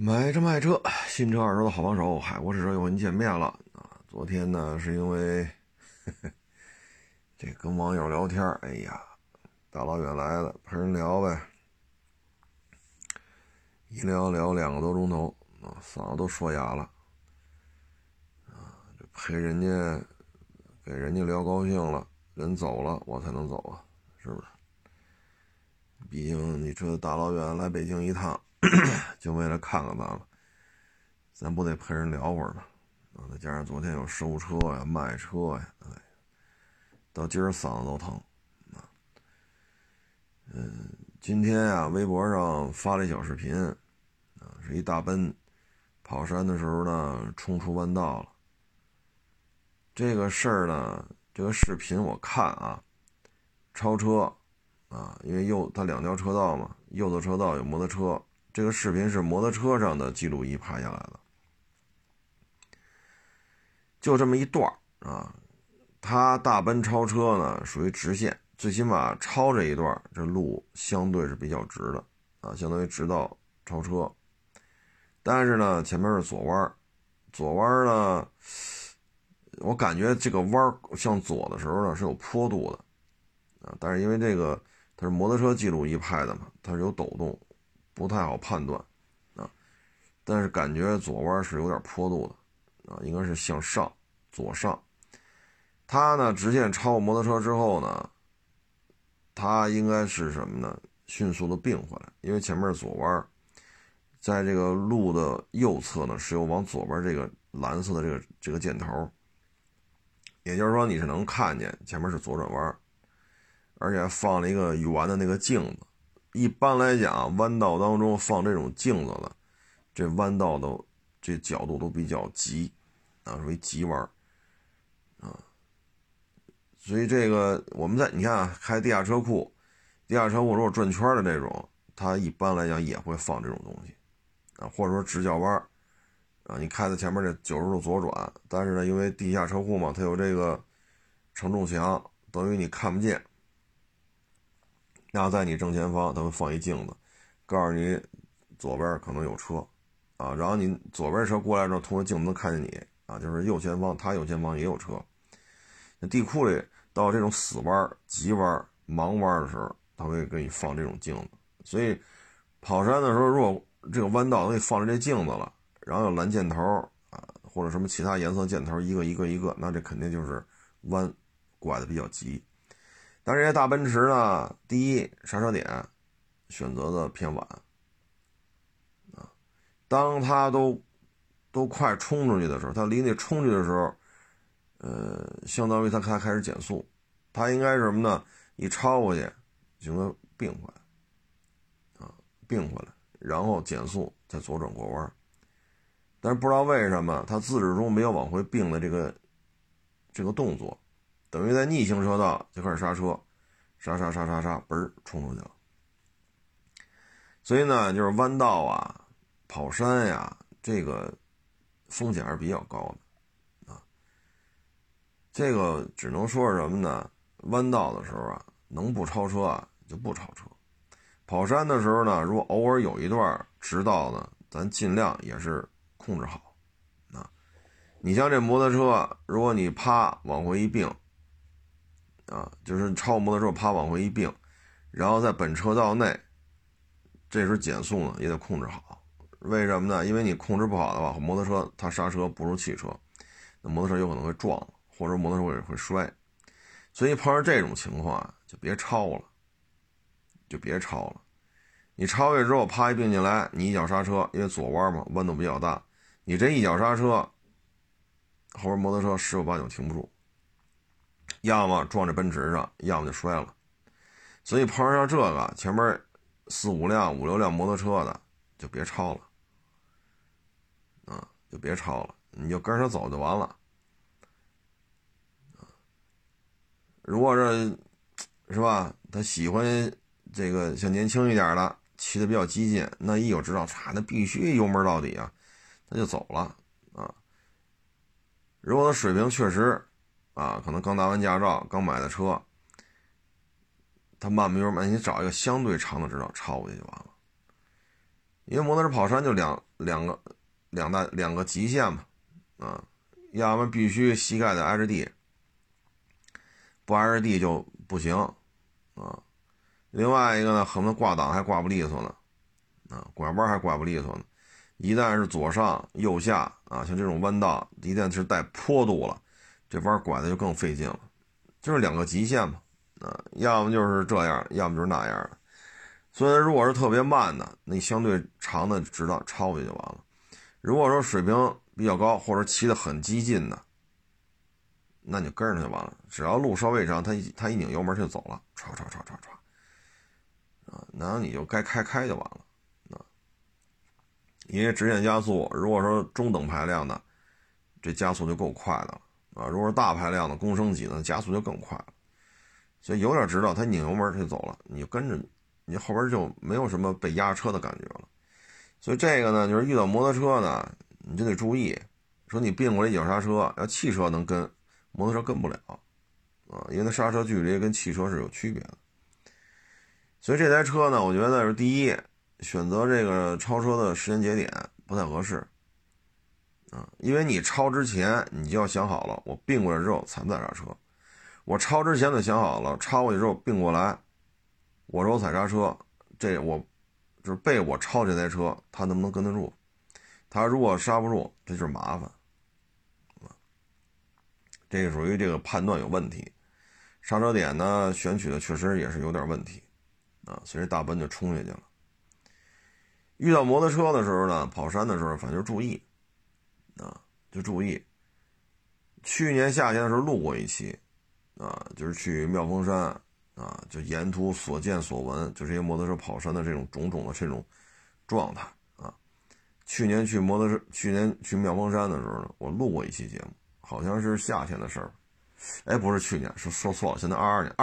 买车卖车，新车二手的好帮手，海阔试车又和您见面了啊！昨天呢，是因为这跟网友聊天，哎呀，大老远来的，陪人聊呗，一聊聊2个多钟头啊，嗓子都说哑了啊！这陪人家，给人家聊高兴了，人走了，我才能走啊，是不是？毕竟你这大老远来北京一趟，就为了看看咱了。咱不得陪人聊会儿吗？啊，再加上昨天有收车呀、卖车呀，哎，到今儿嗓子都疼啊。今天啊，微博上发了一小视频，啊，是一大奔跑山的时候呢，冲出弯道了。这个事儿呢，这个视频我看啊，超车啊，因为它两条车道嘛，右侧车道有摩托车，这个视频是摩托车上的记录仪拍下来的。就这么一段啊，他大奔超车呢，属于直线，最起码超这一段，这路相对是比较直的啊，相当于直道超车。但是呢，前面是左弯，左弯呢，我感觉这个弯向左的时候呢是有坡度的啊，但是因为这个它是摩托车记录仪拍的嘛，它是有抖动，不太好判断啊。但是感觉左弯是有点坡度的啊，应该是向上左上。他呢直线超过摩托车之后呢，他应该是什么呢？迅速的并回来，因为前面是左弯，在这个路的右侧呢是有往左边这个蓝色的这个箭头，也就是说你是能看见前面是左转弯，而且放了一个圆的那个镜子。一般来讲，弯道当中放这种镜子的，这弯道的这角度都比较急啊，属于急弯啊。所以这个我们你看啊，开地下车库，地下车库如果转圈的这种，它一般来讲也会放这种东西啊，或者说直角弯啊，你开在前面这90度左转，但是呢，因为地下车库嘛，它有这个承重墙，等于你看不见。那在你正前方，它会放一镜子，告诉你左边可能有车啊，然后你左边车过来之后，通过镜子能看见你啊，就是右前方，它右前方也有车。那地库里到这种死弯、急弯、盲弯的时候，它会给你放这种镜子。所以跑山的时候，如果这个弯道给你放着这镜子了，然后有蓝箭头啊，或者什么其他颜色箭头，一个一个一个，那这肯定就是弯拐的比较急。但是这些大奔驰呢，第一刹车点选择的偏晚啊，当它都快冲出去的时候，它离那冲出去的时候，相当于它开始减速，它应该是什么呢？一超过去，就能并回来啊，并回来，然后减速再左转过弯。但是不知道为什么，它自始至终没有往回并的这个动作，等于在逆行车道就开始刹车，刹，嘣儿冲出去了。所以呢，就是弯道啊、跑山呀，这个风险还是比较高的啊。这个只能说是什么呢？弯道的时候啊，能不超车啊就不超车。跑山的时候呢，如果偶尔有一段直道呢，咱尽量也是控制好啊。你像这摩托车，如果你啪往回一并啊，就是超摩托车啪往回一并，然后在本车道内，这时候减速呢也得控制好。为什么呢？因为你控制不好的话，摩托车它刹车不如汽车，那摩托车有可能会撞，或者摩托车会摔。所以碰上这种情况啊，就别超了，就别超了。你超越之后啪一并进来，你一脚刹车，因为左弯嘛，弯度比较大，你这一脚刹车，后边摩托车十有八九停不住，要么撞这奔驰上，要么就摔了。所以碰上这个前面4、5辆、5、6辆摩托车的，就别超了啊，就别超了，你就跟着走就完了。如果是吧，他喜欢这个像年轻一点的，骑的比较激进，那一有知道那必须油门到底啊，他就走了啊。如果他水平确实啊，可能刚拿完驾照，刚买的车，他慢慢你找一个相对长的直道超过去就完了。 因为摩托车跑山就两个极限嘛，啊，要么必须膝盖得挨着地，不挨着地就不行啊。另外一个呢，恨不得挂档还挂不利索呢，啊，拐弯还拐不利索呢。一旦是左上右下啊，像这种弯道，一旦是带坡度了，这弯拐的就更费劲了，就是两个极限嘛，啊，要么就是这样，要么就是那样的。所以如果是特别慢的，那相对长的直道超过去就完了。如果说水平比较高，或者骑得很激进的，那你就跟着就完了。只要路稍微长，他一拧油门就走了，唰啊，然后你就该开就完了啊。因为直线加速，如果说中等排量的，这加速就够快的了啊。如果是大排量的公升级的，加速就更快了。所以有点直道，他拧油门就走了，你就跟着你后边就没有什么被压车的感觉了。所以这个呢，就是遇到摩托车呢，你就得注意，说你并过来一脚刹车，要汽车能跟，摩托车跟不了啊，因为它刹车距离跟汽车是有区别的。所以这台车呢，我觉得是第一，选择这个超车的时间节点不太合适啊，因为你超之前你就要想好了，我并过来之后踩不踩刹车，我超之前就想好了，超过去之后并过来，我说我踩刹车，这我就是被我超这台车，他能不能跟得住？他如果刹不住，这就是麻烦这个属于这个判断有问题，刹车点呢选取的确实也是有点问题啊，所以大奔就冲下去了。遇到摩托车的时候呢，跑山的时候反正就注意啊，就注意。去年夏天的时候录过一期啊，就是去妙峰山啊，就沿途所见所闻，就这些摩托车跑山的这种种种的这种状态啊。去年去妙峰山的时候呢，我录过一期节目，好像是夏天的事儿，哎，不是去年，是说错了，现在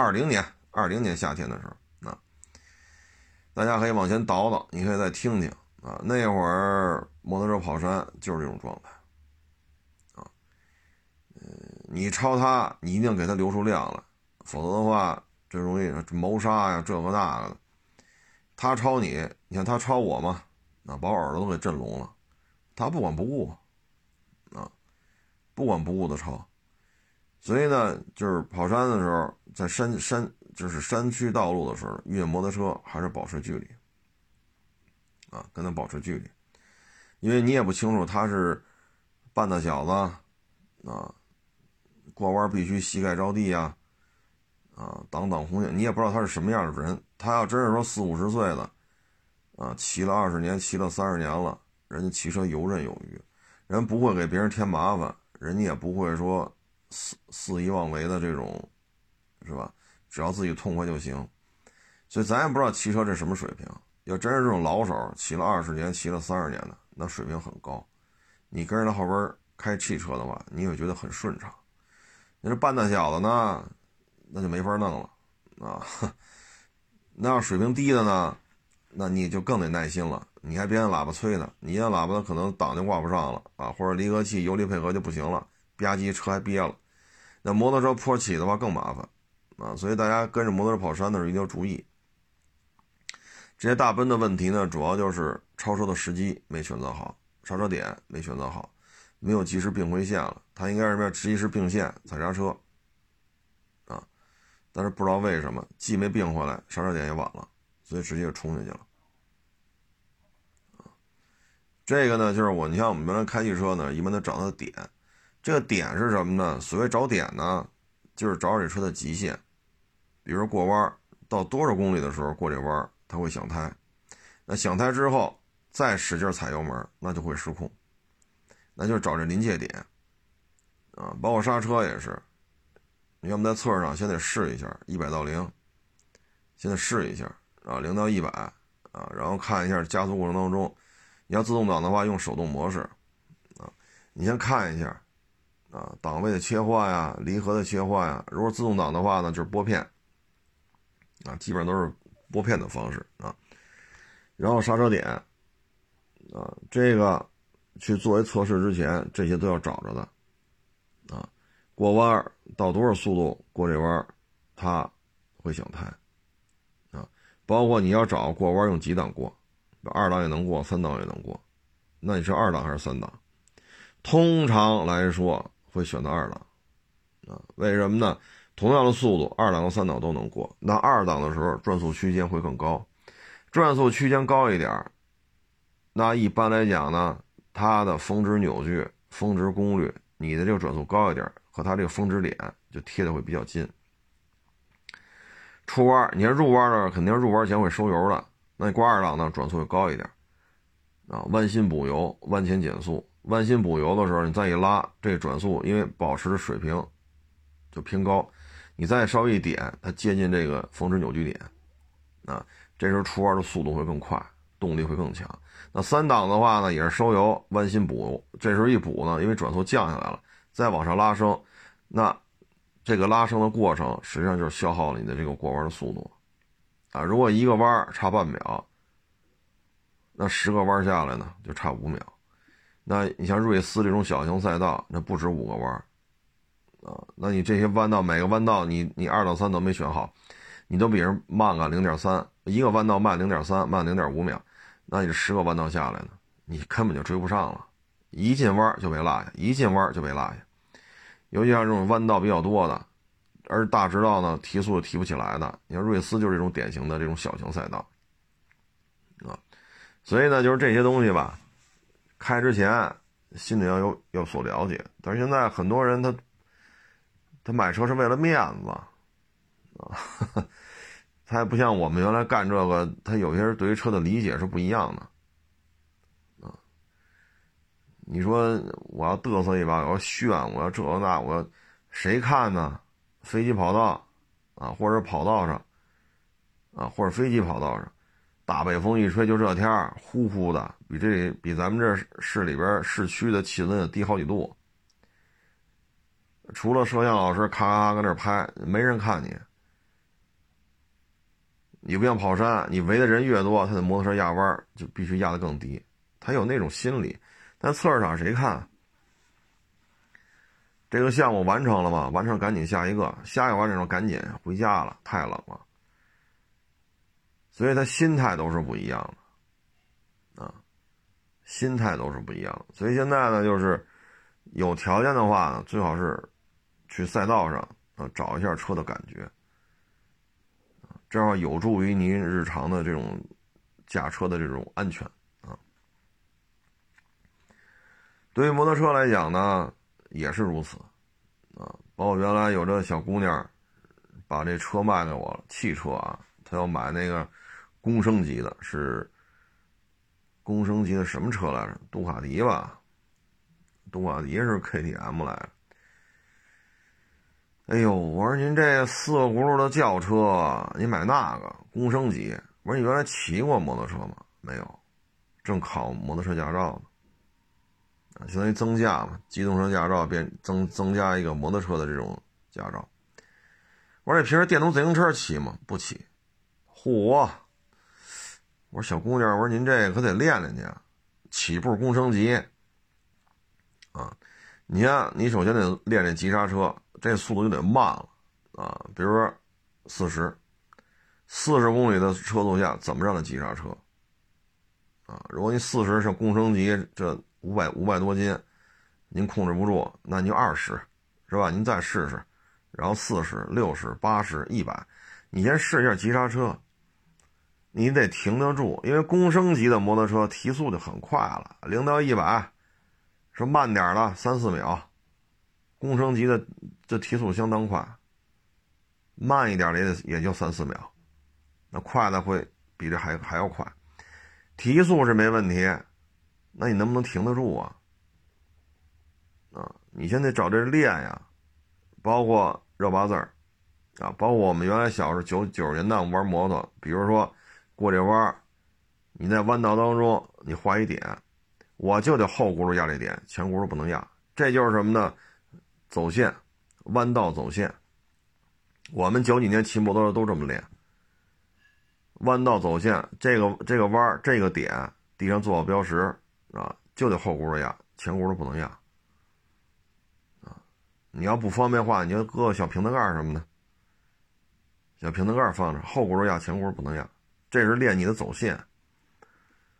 2020年夏天的时候啊，大家可以往前倒倒，你可以再听听啊，那会儿摩托车跑山就是这种状态啊，你超他，你一定给他留出量来，否则的话，这容易谋杀呀，这个那个的。他超你，你看他超我嘛，啊，把我耳朵都给震聋了，他不管不顾啊，不管不顾的超。所以呢，就是跑山的时候，在就是山区道路的时候，遇见摩托车还是保持距离啊，跟他保持距离，因为你也不清楚他是半大小子啊，过弯必须膝盖着地啊，挡红线，你也不知道他是什么样的人。他要真是说40-50岁的啊，骑了20年，骑了30年了，人家骑车游刃有余，人不会给别人添麻烦，人家也不会说肆意妄为的这种，是吧？只要自己痛快就行。所以咱也不知道骑车这什么水平。要真是这种老手，骑了20年，骑了30年的，那水平很高。你跟着他后边开汽车的话，你会觉得很顺畅。你这半大小子呢，那就没法弄了啊。那要水平低的呢，那你就更得耐心了。你还别按喇叭催他，你按喇叭可能档就挂不上了啊，或者离合器油离配合就不行了，吧唧车还憋了。那摩托车坡起的话更麻烦啊，所以大家跟着摩托车跑山的时候一定要注意。这些大奔的问题呢，主要就是超车的时机没选择好，刹车点没选择好，没有及时并回线了。他应该是及时并线踩刹车啊，但是不知道为什么既没并回来，刹车点也晚了，所以直接就冲下去了。这个呢，就是你像我们原来开汽车呢，一般都找它的点。这个点是什么呢？所谓找点呢，就是找这车的极限。比如说过弯到多少公里的时候过这弯，它会响胎。那响胎之后再使劲踩油门，那就会失控。那就是找这临界点啊，包括刹车也是。你要么在测试上先得试一下100到0，先得试一下啊，0到100啊，然后看一下加速过程当中。你要自动挡的话，用手动模式啊，你先看一下啊，档位的切换呀，离合的切换呀。如果自动挡的话呢，就是拨片啊，基本上都是拨片的方式啊。然后刹车点啊，这个去作为测试之前，这些都要找着的啊。过弯到多少速度过这弯，它会响胎啊。包括你要找过弯用几档过二档也能过，三档也能过，那你是二档还是三档？通常来说会选择二档啊，为什么呢？同样的速度，二档和三档都能过，那二档的时候转速区间会更高，转速区间高一点，那一般来讲呢，它的峰值扭矩、峰值功率，你的这个转速高一点，和它这个峰值点就贴的会比较近。出弯，你要入弯的肯定入弯前会收油的，那你挂二档呢，转速会高一点啊。弯心补油，弯前减速，弯心补油的时候，你再一拉，这转速因为保持的水平就偏高，你再稍微一点，它接近这个峰值扭矩点啊，这时候出弯的速度会更快，动力会更强。那三档的话呢，也是收油，弯心补油，这时候一补呢，因为转速降下来了，再往上拉升，那这个拉升的过程实际上就是消耗了你的这个过弯的速度啊。如果一个弯差半秒，那10个弯下来呢就差5秒。那你像瑞斯这种小型赛道，那不止5个弯啊。那你这些弯道，每个弯道你二档三档没选好，你都比人慢个 0.3， 一个弯道慢 0.3， 慢 0.5 秒，那你这10个弯道下来呢，你根本就追不上了，一进弯就被落下，一进弯就被落下。尤其像这种弯道比较多的，而大直道呢提速提不起来的，你看瑞斯就是这种典型的这种小型赛道啊。所以呢，就是这些东西吧，开之前心里要所了解。但是现在很多人他买车是为了面子啊，他也不像我们原来干这个，他有些人对于车的理解是不一样的啊。你说我要嘚瑟一把，我要炫，我要这那，我要谁看呢？飞机跑道啊，或者跑道上啊，或者飞机跑道上，大北风一吹，就这天儿呼呼的，比咱们这市里边市区的气温低好几度。除了摄像老师咔咔咔搁那拍，没人看你。你不像跑山，你围的人越多，他的摩托车压弯就必须压得更低，他有那种心理。但测试场谁看？这个项目完成了吗？完成赶紧下一个，下一个完成了赶紧回家了，太冷了。所以他心态都是不一样的啊，心态都是不一样的。所以现在呢，就是有条件的话呢，最好是去赛道上啊找一下车的感觉，这样有助于您日常的这种驾车的这种安全啊。对于摩托车来讲呢，也是如此啊。包括原来有这小姑娘把这车卖给我了，汽车啊，她要买那个公升级的，是公升级的什么车来着？杜卡迪吧，杜卡迪是 KTM 来的。哎呦，我说您这4个轱辘的轿车，你买那个公升级？我说你原来骑过摩托车吗？没有，正考摩托车驾照呢。相当于增加嘛，机动车驾照增加一个摩托车的这种驾照。我说你平时电动自行车骑吗？不骑。嚯！我说小姑娘，我说您这可得练练去，起步公升级啊！你呀，你首先得练练急刹车，这速度就得慢了啊。比如说40公里的车速下，怎么让它急刹车啊？如果你40是公升级，这500多斤，您控制不住，那您就20，是吧？您再试试，然后40、60、80、100，你先试一下急刹车，你得停得住，因为公升级的摩托车提速就很快了，0到100是慢点了3-4秒，公升级的这提速相当快，慢一点的也就3-4秒，那快的会比这还要快。提速是没问题，那你能不能停得住啊？你现在找这练呀，包括绕八字儿啊，包括我们原来小时候90年代我们玩摩托，比如说过这弯，你在弯道当中你画一点，我就得后轱辘压这点，前轱辘不能压，这就是什么呢？走线，弯道走线。我们90几年骑摩托车都这么练，弯道走线，这个弯这个点地上做好标识啊，就得后轱辘压，前轱辘不能压啊。你要不方便的话，你就搁个小瓶子盖什么的，小瓶子盖放着，后轱辘压，前轱辘不能压，这是练你的走线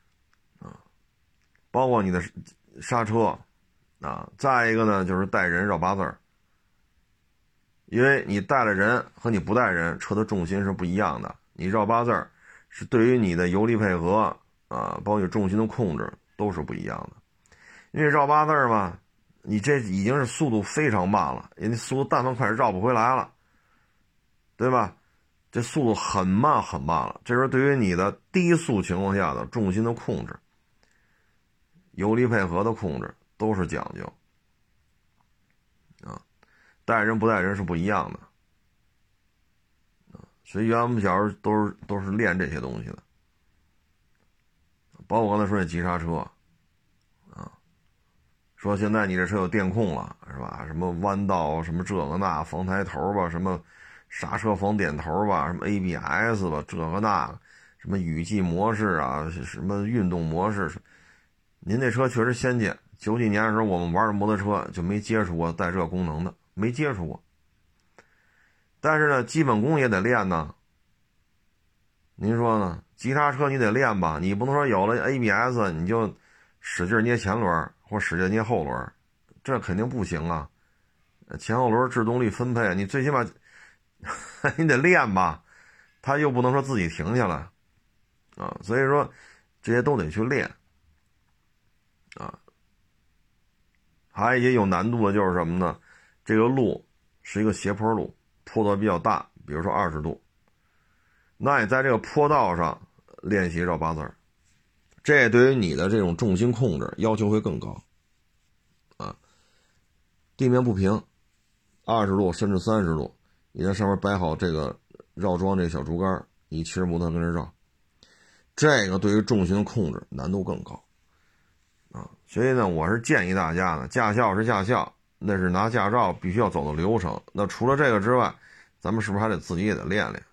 包括你的刹车再一个呢就是带人绕八字儿，因为你带了人和你不带人车的重心是不一样的，你绕八字儿是对于你的油离配合包括你重心的控制都是不一样的。因为绕八字儿嘛，你这已经是速度非常慢了，人家速度但凡快绕不回来了，对吧？这速度很慢很慢了，这时候对于你的低速情况下的重心的控制、油离配合的控制都是讲究带人不带人是不一样的所以原来我们小时候都是练这些东西的，包括我刚才说那急刹车说现在你这车有电控了是吧？什么弯道什么这个那防抬头吧，什么刹车防点头吧，什么 ABS 吧，这个那个什么雨季模式什么运动模式。您这车确实先进，90几年的时候我们玩的摩托车就没接触过带这功能的，没接触过。但是呢基本功也得练呢，您说呢？急刹车你得练吧，你不能说有了 ABS 你就使劲捏前轮或使劲捏后轮，这肯定不行啊。前后轮制动力分配你最起码你得练吧，他又不能说自己停下来所以说这些都得去练还有一些有难度的就是什么呢？这个路是一个斜坡路，坡度比较大，比如说20度，那你在这个坡道上练习绕八字，这对于你的这种重心控制要求会更高地面不平，20度甚至30度，你在上面摆好这个绕桩这个小竹竿，你骑着摩托跟着绕，这个对于重心控制难度更高所以呢我是建议大家呢，驾校是驾校，那是拿驾照必须要走的流程，那除了这个之外，咱们是不是还得自己也得练练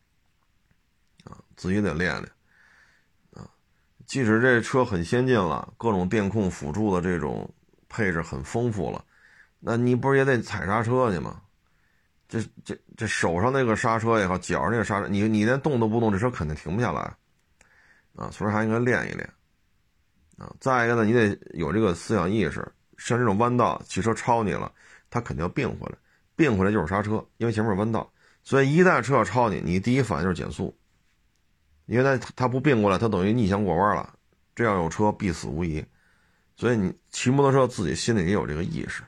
自己得练练即使这车很先进了，各种电控辅助的这种配置很丰富了，那你不是也得踩刹车去吗？这手上那个刹车也好，脚上那个刹车，你连动都不动，这车肯定停不下来所以还应该练一练再一个呢，你得有这个思想意识，像这种弯道汽车超你了，它肯定要并回来，并回来就是刹车，因为前面是弯道，所以一旦车要超你，你第一反应就是减速，因为它不并过来，它等于逆向过弯了，这样有车必死无疑。所以你骑摩托车自己心里也有这个意识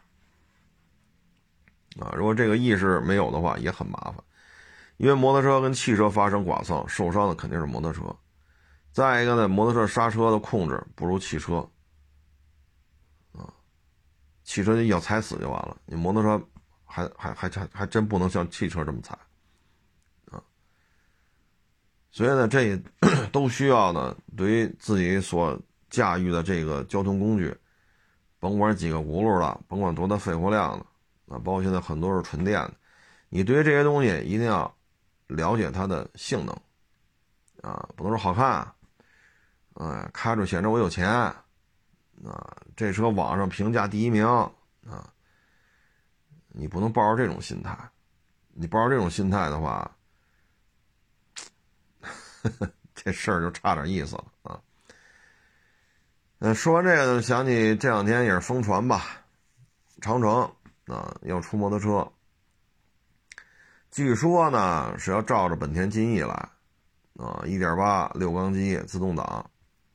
如果这个意识没有的话也很麻烦，因为摩托车跟汽车发生剐蹭，受伤的肯定是摩托车。再一个呢，摩托车刹车的控制不如汽车汽车要踩死就完了，你摩托车还真不能像汽车这么踩所以呢这都需要呢，对于自己所驾驭的这个交通工具，甭管几个轱辘了，甭管多大肺活量的包括现在很多是纯电的，你对于这些东西一定要了解它的性能不能说好看开着显着我有钱这车网上评价第1名你不能抱着这种心态，你抱着这种心态的话这事儿就差点意思了说完这个呢，想起这2天也是疯传吧，长城要出摩托车，据说呢是要照着本田金翼来1.8 6缸机自动挡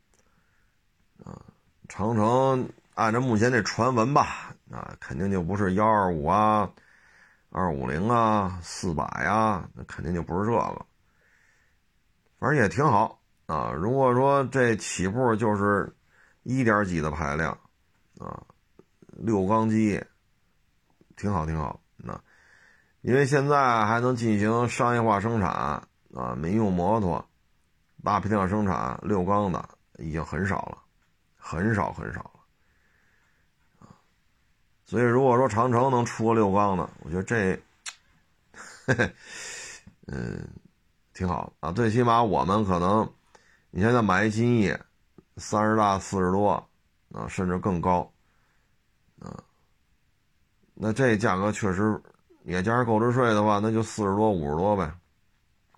长城按照目前这传闻吧肯定就不是125 250 400那肯定就不是这个，反正也挺好如果说这起步就是1点几的排量6缸机挺好因为现在还能进行商业化生产民用摩托大批量生产6缸的已经很少了，很少了所以如果说长城能出个6缸的，我觉得这挺好最起码我们可能你现在买一金翼30大40多甚至更高那这价格确实也加上购置税的话，那就40多50多呗，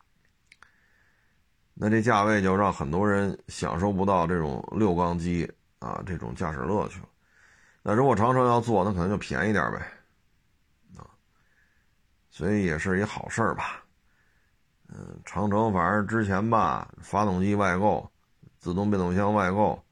那这价位就让很多人享受不到这种6缸机啊这种驾驶乐趣了。那如果长城要做，那可能就便宜点呗，啊，所以也是一好事儿吧。长城反正之前吧，发动机外购，自动变速箱外购，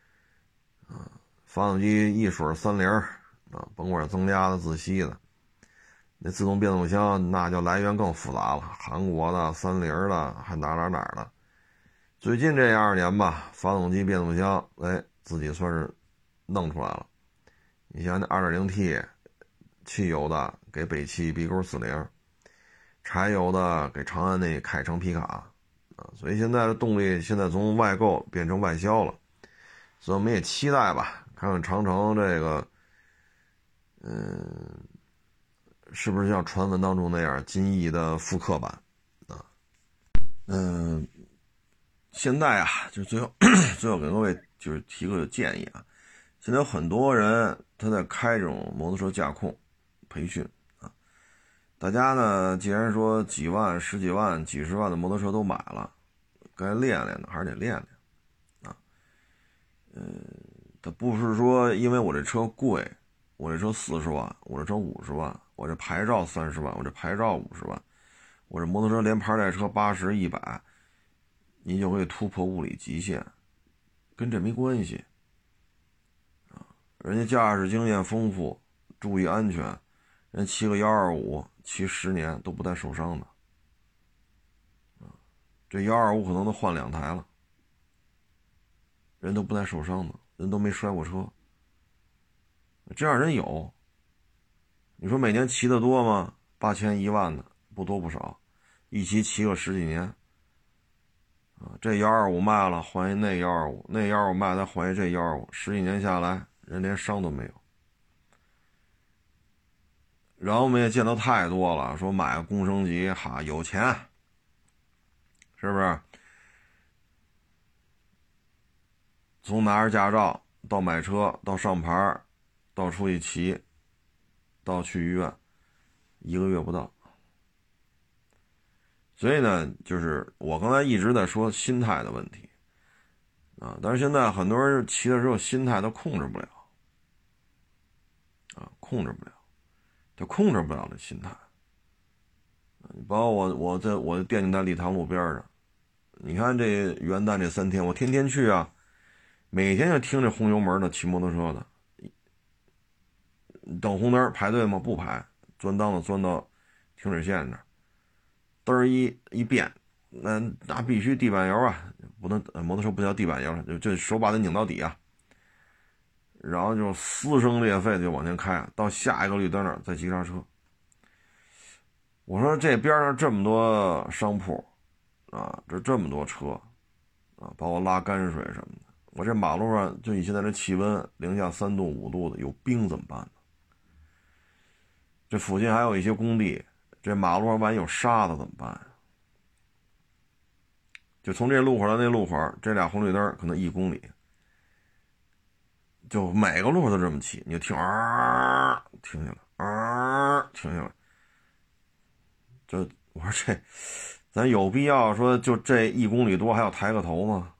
发动机一水30啊，甭管是增压的、自吸的，那自动变速箱那就来源更复杂了，韩国的、30的，还哪的。最近这2年吧，发动机变速箱，自己算是弄出来了。你像那 2.0T 汽油的给北汽 B 勾40，柴油的给长安那凯程皮卡啊，所以现在的动力现在从外购变成外销了，所以我们也期待吧，看看长城这个，是不是像传闻当中那样金翼的复刻版啊？现在啊，就最后给各位就是提个建议啊，现在有很多人他在开这种摩托车驾控培训啊，大家呢既然说几万、十几万、几十万的摩托车都买了，该练练的还是得练练啊。他不是说因为我这车贵，我这车40万，我这车50万，我这牌照30万，我这牌照50万，我这摩托车连牌带车80、100，你就可以突破物理极限，跟这没关系啊。人家驾驶经验丰富，注意安全，人骑个125骑10年都不带受伤的啊。这125可能都换2台了，人都不带受伤的，人都没摔过车。这样人有，你说每年骑的多吗？8000、1万的不多不少，一骑个10几年啊。这125卖了换一那125，那125卖再换一这125，10几年下来人连伤都没有。然后我们也见到太多了，说买个公升级哈有钱，是不是？从拿着驾照到买车到上牌到出去骑到去医院1个月不到。所以呢，就是我刚才一直在说心态的问题啊，但是现在很多人骑的时候心态都控制不了啊，控制不了，就控制不了这心态。包括我店就在礼堂路边上，你看这元旦这3天，我天天去啊，每天就听这轰油门的骑摩托车的，等红灯排队吗？不排，钻裆子钻到停止线这儿，灯儿一变，那必须地板油啊，不能摩托车不叫地板油，就手把它拧到底啊，然后就嘶声裂肺的就往前开，到下一个绿灯那儿再急刹车。我说这边上这么多商铺啊，这么多车啊，包括拉泔水什么的，我这马路上就以现在这气温零下3度5度的，有冰怎么办呢？这附近还有一些工地，这马路上万一有沙子怎么办？就从这路口到那路口，这俩红绿灯可能1公里，就每个路口都这么骑，你就听停下来，停下来。就我说这，咱有必要说就这1公里多还要抬个头吗？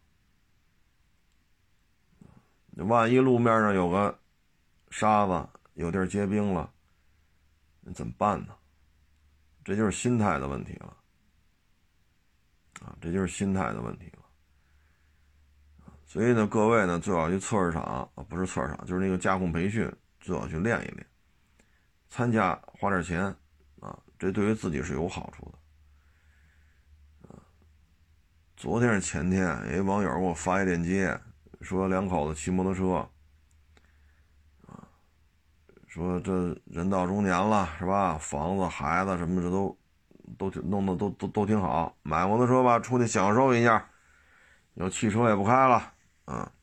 万一路面上有个沙子，有地儿结冰了，那怎么办呢？这就是心态的问题了啊，这就是心态的问题了。所以呢，各位呢最好去测试场啊，不是测试场，就是那个驾控培训，最好去练一练，参加花点钱啊，这对于自己是有好处的。昨天是前天，有一网友给我发一链接，说2口子骑摩托车啊，说这人到中年了是吧？房子、孩子什么的都弄得都挺好，买摩托车吧，出去享受一下，有汽车也不开了啊。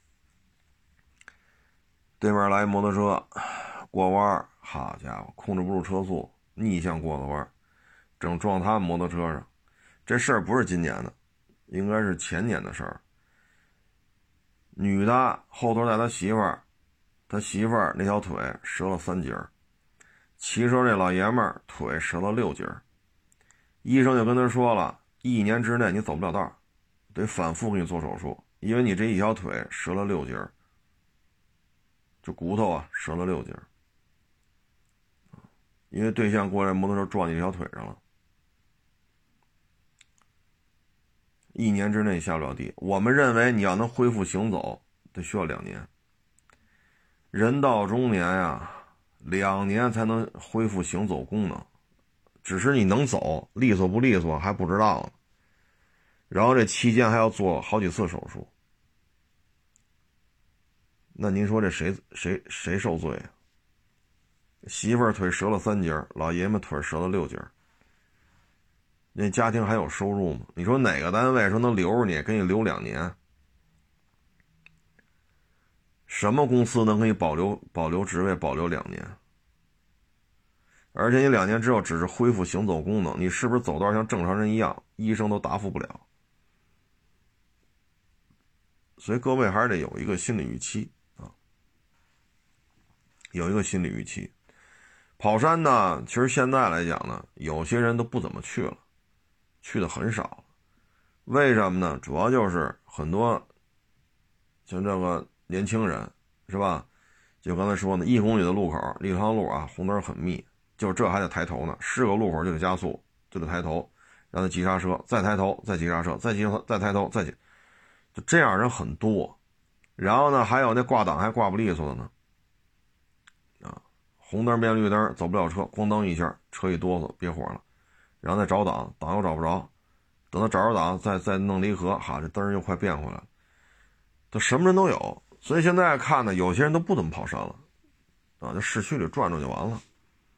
对面来摩托车过弯，好家伙，控制不住车速，逆向过个弯，正撞他们摩托车上。这事儿不是今年的，应该是前年的事儿。女的后头带他媳妇儿，他媳妇儿那条腿折了3节，骑车这老爷们儿腿折了6节。医生就跟他说了，1年之内你走不了道，得反复给你做手术，因为你这一条腿折了6节。 这骨头啊折了6节，因为对象过来摩托车撞你这条腿上了，1年之内下不了地。我们认为你要能恢复行走，得需要2年。人到中年呀，2年才能恢复行走功能，只是你能走，利索不利索还不知道呢。然后这期间还要做好几次手术，那您说这谁受罪啊？媳妇儿腿折了3节，老爷们腿折了6节，那家庭还有收入吗？你说哪个单位说能留着你，给你留2年？什么公司能给你保留职位保留2年？而且你2年之后只是恢复行走功能，你是不是走道像正常人一样，医生都答复不了。所以各位还是得有一个心理预期啊，有一个心理预期。跑山呢，其实现在来讲呢，有些人都不怎么去了，去的很少了。为什么呢？主要就是很多像这个年轻人是吧？就刚才说呢，1公里的路口，立汤路啊，红灯很密，就这还得抬头呢，10个路口就得加速，就得抬头，让他急刹车，再抬头，再急刹车，再抬头，再急，就这样人很多。然后呢，还有那挂档还挂不利索的呢，啊，红灯变绿灯，走不了车，咣当一下，车一哆嗦，别火了，然后再找档，档又找不着，等他找着档，再弄离合，哈，这灯又快变回来了。他什么人都有，所以现在看呢，有些人都不怎么跑山了，啊，在市区里转转就完了，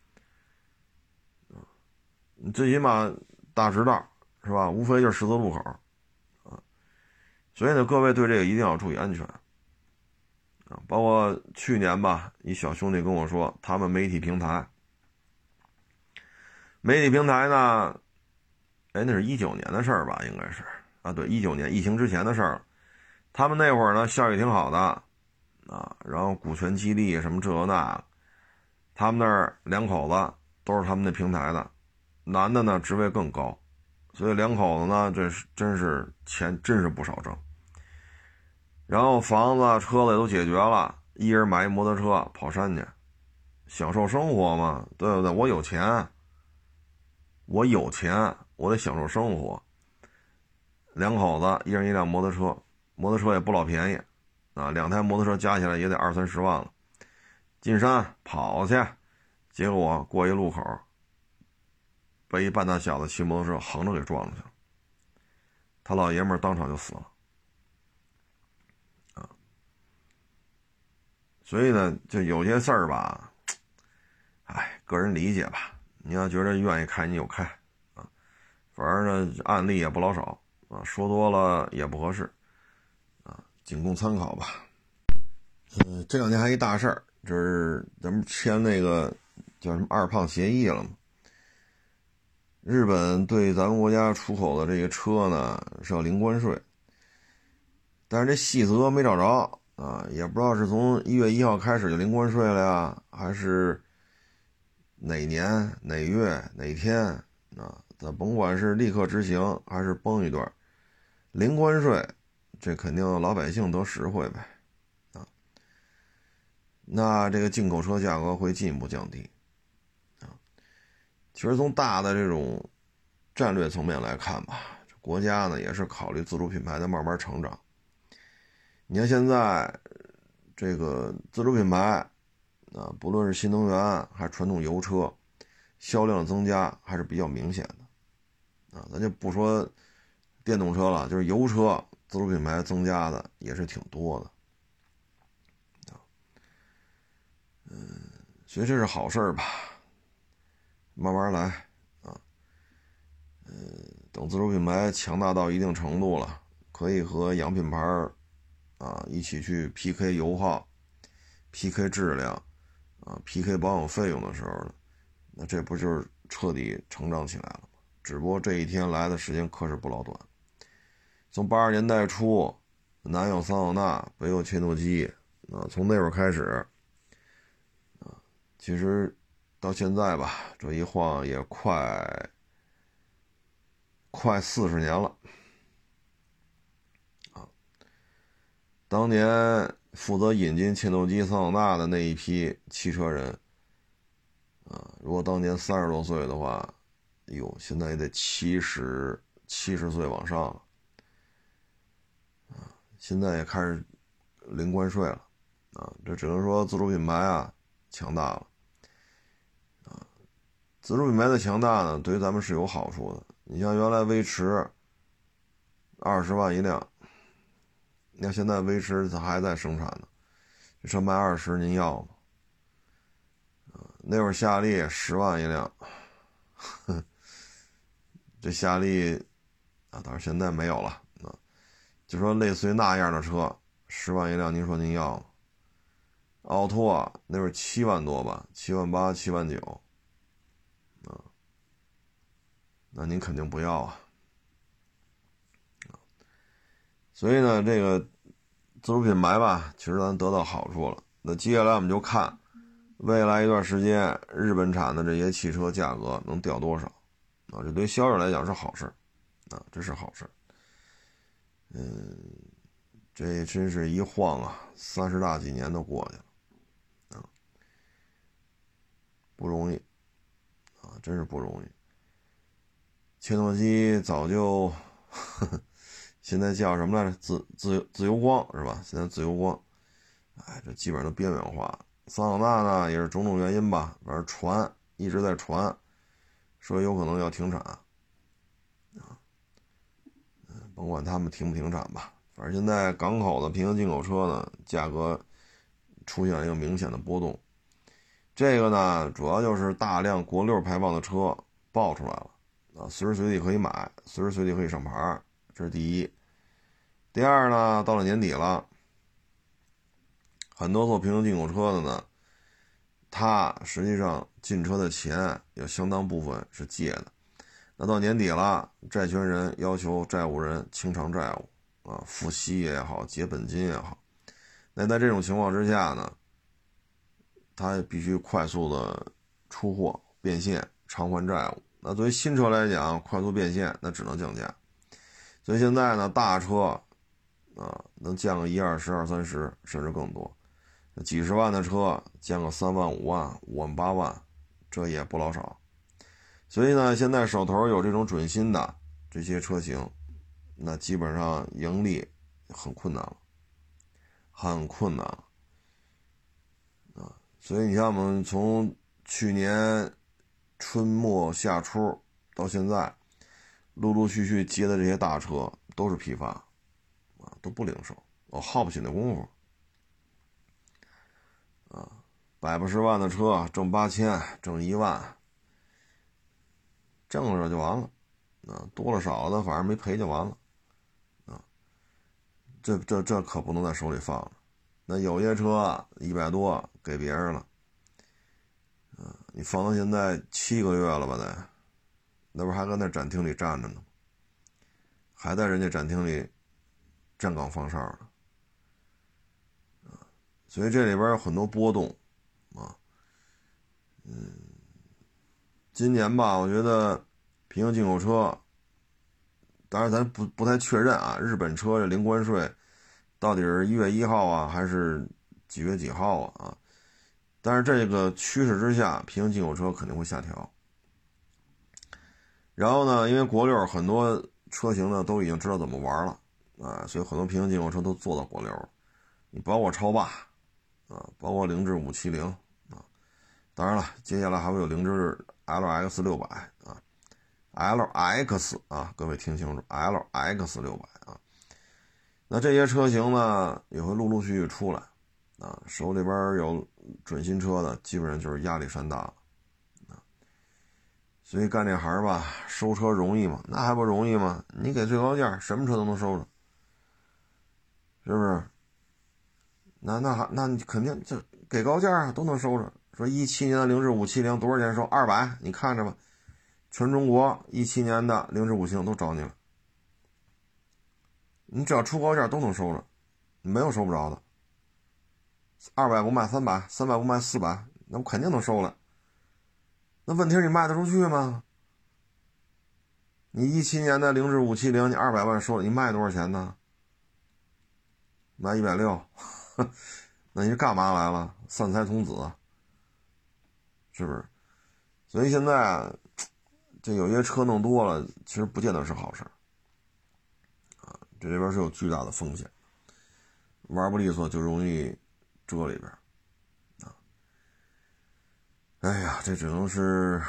你最起码大直道是吧？无非就是十字路口，啊，所以呢，各位对这个一定要注意安全，啊，包括去年吧，一小兄弟跟我说，他们媒体平台呢，那是19年的事儿吧，应该是啊，对，19年疫情之前的事儿。他们那会儿呢，效益挺好的啊，然后股权激励什么这那，他们那儿2口子都是他们那平台的，男的呢职位更高，所以2口子呢，这是真是钱真是不少挣。然后房子车子也都解决了，一人买一摩托车跑山去，享受生活嘛，对不对？我有钱，我得享受生活。2口子一人一辆摩托车，摩托车也不老便宜啊，2台摩托车加起来也得20-30万了。进山跑去，结果过一路口，被一半大小子骑摩托车横着给撞了去了，他老爷们当场就死了啊。所以呢，就有些事儿吧，个人理解吧。你要觉得愿意开你就开啊，反正呢案例也不老少啊，说多了也不合适啊，仅供参考吧。这2天还一大事儿，就是咱们签那个叫什么2胖协议了嘛。日本对咱们国家出口的这个车呢是要零关税，但是这细则没找着啊，也不知道是从1月1号开始就零关税了呀，还是哪年哪月哪天啊？咱甭管是立刻执行还是崩一段，零关税，这肯定老百姓得实惠呗啊。那这个进口车价格会进一步降低啊。其实从大的这种战略层面来看吧，国家呢也是考虑自主品牌的慢慢成长。你看现在这个自主品牌啊，不论是新能源还是传统油车，销量增加还是比较明显的啊。咱就不说电动车了，就是油车自主品牌增加的也是挺多的啊。所以这是好事儿吧，慢慢来啊。等自主品牌强大到一定程度了，可以和洋品牌啊一起去 PK 油耗、PK 质量啊、PK 保养费用的时候呢，那这不就是彻底成长起来了吗？只不过这一天来的时间可是不老短。从80年代初，南有桑塔纳，北有切诺基啊，从那会儿开始啊，其实到现在吧，这一晃也快40年了啊。当年负责引进切诺基、桑塔纳的那一批汽车人如果当年30多岁的话，哟，现在也得70岁往上了现在也开始零关税了这只能说自主品牌强大了自主品牌的强大呢，对于咱们是有好处的。你像原来威驰20万一辆，你看现在威驰它还在生产呢，这车卖20您要吗？那会儿夏利10万一辆，这夏利当然现在没有了就说类似于那样的车10万一辆，您说您要吗？奥拓那会儿7万多吧，7万8、7万9那您肯定不要所以呢，这个自主品牌吧，其实咱得到好处了。那接下来我们就看未来一段时间日本产的这些汽车价格能掉多少这对销售来讲是好事这是好事这真是一晃30大几年都过去了不容易真是不容易。切诺基早就现在叫什么来着？自由光是吧？现在自由光，这基本上都边缘化了。桑塔纳呢也是种种原因吧，反正一直在传，说有可能要停产甭管他们停不停产吧，反正现在港口的平行进口车呢价格出现了一个明显的波动。这个呢主要就是大量国六排放的车爆出来了随时随地可以买，随时随地可以上牌，这是第一。第二呢，到了年底了，很多做平行进口车的呢，他实际上进车的钱有相当部分是借的。那到年底了，债权人要求债务人清偿债务付息也好，结本金也好。那在这种情况之下呢，他必须快速的出货变现偿还债务。那作为新车来讲，快速变现那只能降价。所以现在呢，大车能降个1、20、20、30甚至更多，几十万的车降个3万、5万、5万、8万，这也不老少。所以呢，现在手头有这种准新的这些车型，那基本上盈利很困难了，很困难了所以你像我们从去年春末夏初到现在，陆陆续续接的这些大车都是批发都不零售耗不起那功夫100不10万的车挣8000挣1万，挣着就完了多了少的反正没赔就完了这可不能在手里放着。那有些车100多给别人了你放到现在7个月了吧得，那不还搁那展厅里站着呢，还在人家展厅里站岗放哨呢所以这里边有很多波动今年吧，我觉得平行进口车，当然咱不太确认日本车这零关税到底是1月1号还是几月几号但是这个趋势之下，平行进口车肯定会下调。然后呢，因为国六很多车型呢都已经知道怎么玩了所以很多平行进口车都做到国六了。你包括超霸包括凌志570当然了，接下来还会有凌志 LX600LX 各位听清楚 LX600那这些车型呢也会陆陆续续出来手里边有准新车的基本上就是压力山大了所以干这行吧，收车容易吗？那还不容易吗？你给最高价什么车都能收着，是不是？那你肯定这给高价都能收着。说17年的凌志570多少钱收？200，你看着吧，全中国17年的凌志570都找你了，你只要出高价都能收着，没有收不着的。200不卖300，300不卖400，那我肯定能收了。那问题是你卖得出去吗？你17年的凌志570，你200万收了，你卖多少钱呢？卖160， 那你干嘛来了？散财童子啊，是不是？所以现在啊，这有些车弄多了，其实不见得是好事啊。这里边是有巨大的风险，玩不利索就容易折里边啊。哎呀，这只能是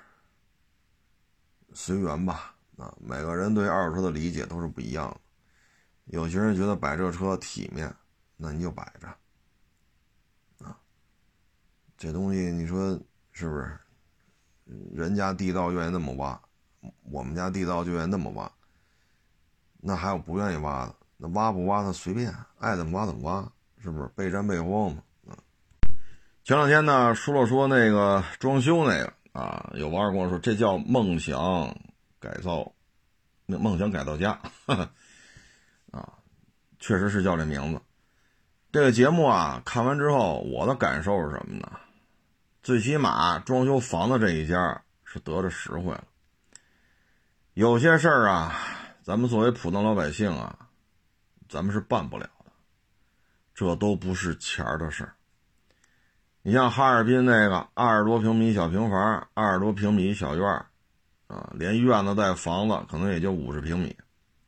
随缘吧啊。每个人对二手车的理解都是不一样的。有些人觉得摆这车体面，那你就摆着啊。这东西你说是不是？人家地道愿意那么挖，我们家地道就愿意那么挖，那还有不愿意挖的，那挖不挖他随便，爱怎么挖怎么挖，是不是备战备荒嘛？前两天呢说了说那个装修那个啊，有网友跟我说这叫梦想改造，梦想改造家，呵呵啊，确实是叫这名字。这个节目啊看完之后，我的感受是什么呢？最起码装修房子这一家是得着实惠了。有些事儿啊，咱们作为普通老百姓啊，咱们是办不了的，这都不是钱的事儿。你像哈尔滨那个20多平米小平房，20多平米小院啊，连院子带房子可能也就50平米。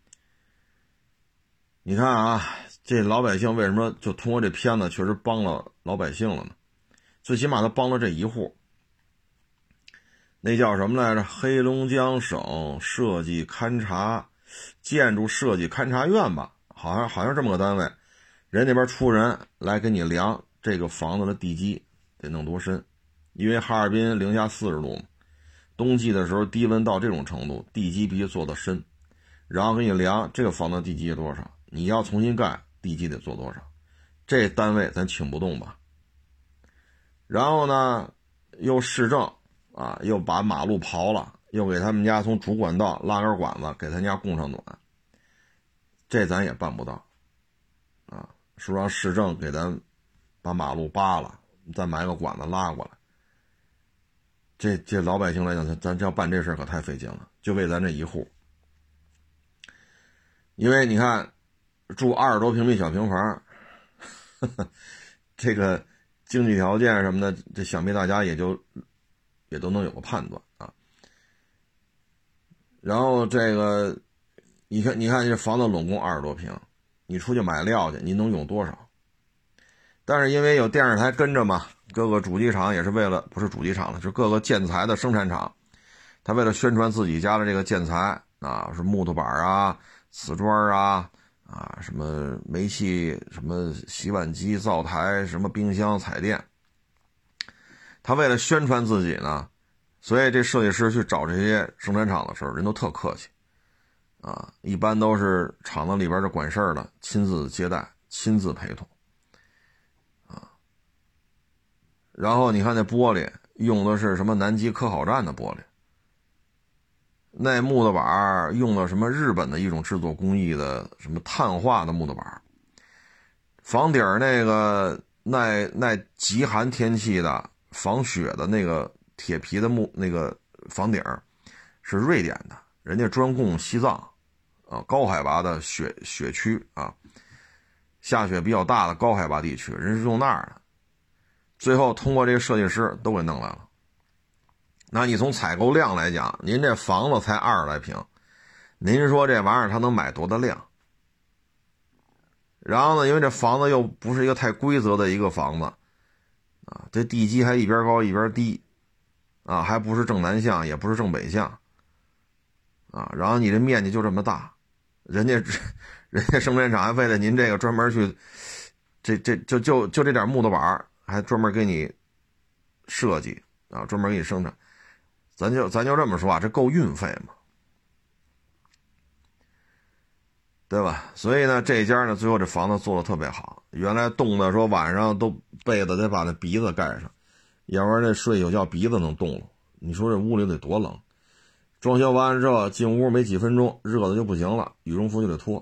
你看啊，这老百姓为什么就通过这片子确实帮了老百姓了呢？最起码他帮了这一户。那叫什么来着？黑龙江省设计勘察建筑设计勘察院吧，好像这么个单位，人那边出人来给你量这个房子的地基得弄多深，因为哈尔滨零下40度嘛，冬季的时候低温到这种程度，地基必须做得深，然后给你量这个房子地基多少，你要重新盖地基得做多少，这单位咱请不动吧。然后呢又市政啊，又把马路刨了，又给他们家从主管道拉根管子给他家供上暖，这咱也办不到啊！说让市政给咱把马路扒了，再买个管子拉过来，这老百姓来讲，咱要办这事可太费劲了，就为咱这一户。因为你看住20多平米小平房，呵呵，这个经济条件什么的，这想必大家也都能有个判断啊。然后这个你看这房子拢共20多平，你出去买料去你能用多少？但是因为有电视台跟着嘛，各个主机厂也是为了，不是主机厂了，就是各个建材的生产厂，他为了宣传自己家的这个建材啊，是木头板啊、瓷砖啊、什么煤气、什么洗碗机、灶台、什么冰箱、彩电，他为了宣传自己呢，所以这设计师去找这些生产厂的时候，人都特客气啊，一般都是厂子里边的管事儿的亲自接待、亲自陪同啊。然后你看那玻璃用的是什么南极科考站的玻璃，那木头板用的什么日本的一种制作工艺的什么碳化的木头板，房顶那个耐极寒天气的防雪的那个铁皮的那个房顶是瑞典的，人家专供西藏啊高海拔的雪区啊，下雪比较大的高海拔地区，人是用那儿的。最后通过这个设计师都给弄来了。那你从采购量来讲，您这房子才20来平，您说这玩意儿它能买多大量？然后呢，因为这房子又不是一个太规则的一个房子啊，这地基还一边高一边低啊，还不是正南向也不是正北向啊，然后你这面积就这么大，人家生产厂还为了您这个专门去就这点木头板还专门给你设计啊，专门给你生产，咱就这么说啊，这够运费吗？对吧？所以呢，这家呢，最后这房子做的特别好。原来冻的说晚上都被子得把那鼻子盖上，要不然这睡有觉鼻子能冻了。你说这屋里得多冷？装修完了之后进屋没几分钟，热的就不行了，羽绒服就得脱。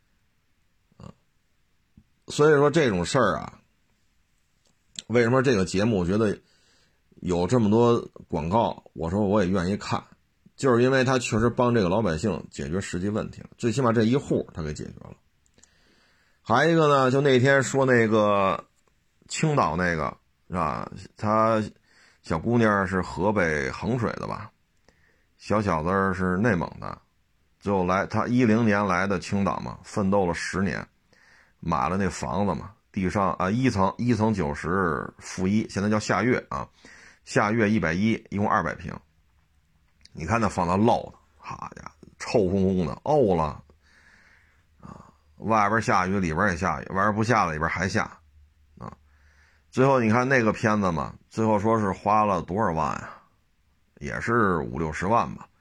所以说这种事儿啊，为什么这个节目我觉得有这么多广告，我说我也愿意看，就是因为他确实帮这个老百姓解决实际问题了，最起码这一户他给解决了。 还一个呢，就那天说那个青岛那个是吧？他小姑娘是河北衡水的吧，小小子是内蒙的，最后来他10年来的青岛嘛，奋斗了10年，买了那房子嘛，地上啊一层90负1，现在叫下跃啊，下跃110，一共200平。你看那房子漏的，好家伙，臭烘烘的，沤了啊！外边下雨，里边也下雨，外边不下了，里边还下啊！最后你看那个片子嘛，最后说是花了多少万啊？也是50-60万吧。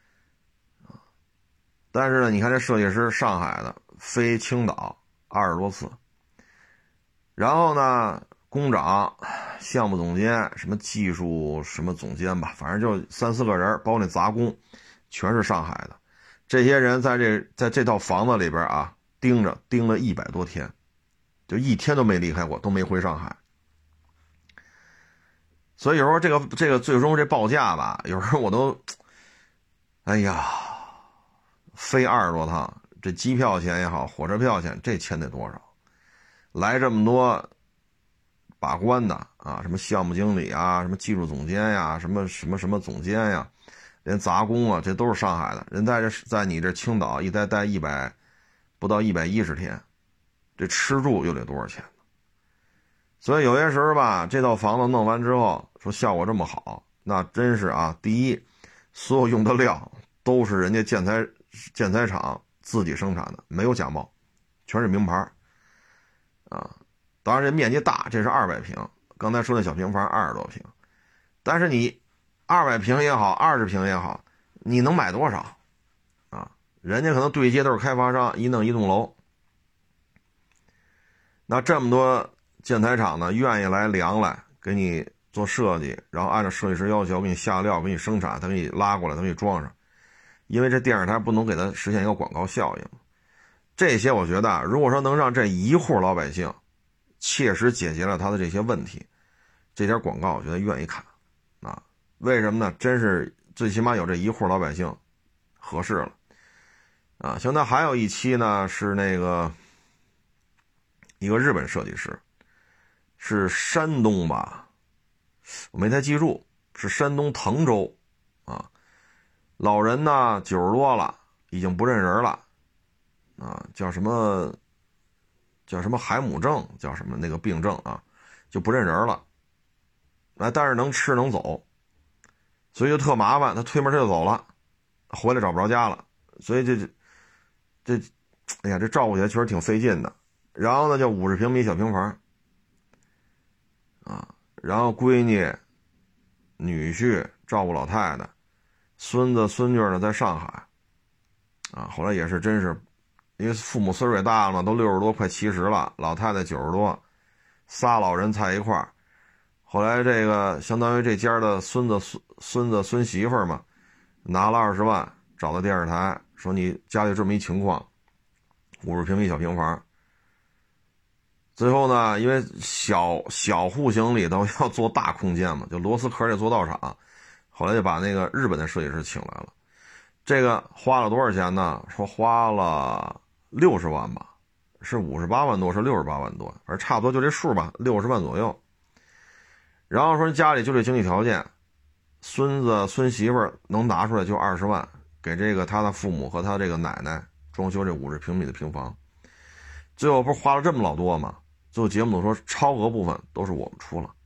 但是呢，你看这设计师上海的，飞青岛20多次，然后呢，工长、项目总监、什么技术什么总监吧，反正就3-4个人，包括那杂工，全是上海的。这些人在这套房子里边啊，盯了100多天，就一天都没离开过，都没回上海。所以有时候这个最终这报价吧，有时候我都，哎呀，飞20多趟，这机票钱也好，火车票钱，这钱得多少？来这么多把关的啊，什么项目经理啊，什么技术总监呀，什么总监呀，连杂工啊，这都是上海的人，在你这青岛一待不到110天，这吃住又得多少钱呢？所以有些时候吧，这套房子弄完之后说效果这么好，那真是啊，第一，所有用的料都是人家建材厂自己生产的，没有假冒，全是名牌啊。当然这面积大，这是200平，刚才说那小平房20多平，但是你200平也好，20平也好，你能买多少啊？人家可能对接都是开发商，一弄一栋楼。那这么多建材厂呢，愿意来量来给你做设计，然后按照设计师要求给你下料，给你生产，他给你拉过来，他给你装上。因为这电视台不能给他实现一个广告效应。这些我觉得如果说能让这一户老百姓切实解决了他的这些问题，这点广告我觉得愿意看啊。为什么呢？真是最起码有这一户老百姓合适了啊。现在还有一期呢，是那个一个日本设计师，是山东吧，我没太记住，是山东滕州啊。老人呢90多了，已经不认人了啊，叫什么海姆症，叫什么那个病症啊，就不认人了。但是能吃能走，所以就特麻烦，他推门他就走了，回来找不着家了。所以哎呀，这照顾起来确实挺费劲的。然后呢，就50平米小平房啊，然后闺女、女婿照顾老太太，孙子孙女呢在上海啊。后来也是真是因为父母岁数也大了嘛，都60多快70了，老太太90多，3老人在一块儿。后来这个相当于这家的孙子媳妇嘛，拿了20万找到电视台说你家里这么一情况，50平米小平房。最后呢，因为小户型里头要做大空间嘛，就螺丝壳也做道场，后来就把那个日本的设计师请来了。这个花了多少钱呢？说花了60万吧，是58万多，是68万多，反正差不多就这数吧，60万左右。然后说家里就这经济条件，孙子孙媳妇能拿出来就20万，给这个他的父母和他这个奶奶装修这50平米的平房。最后不是花了这么老多吗？最后节目组说超额部分都是我们出了。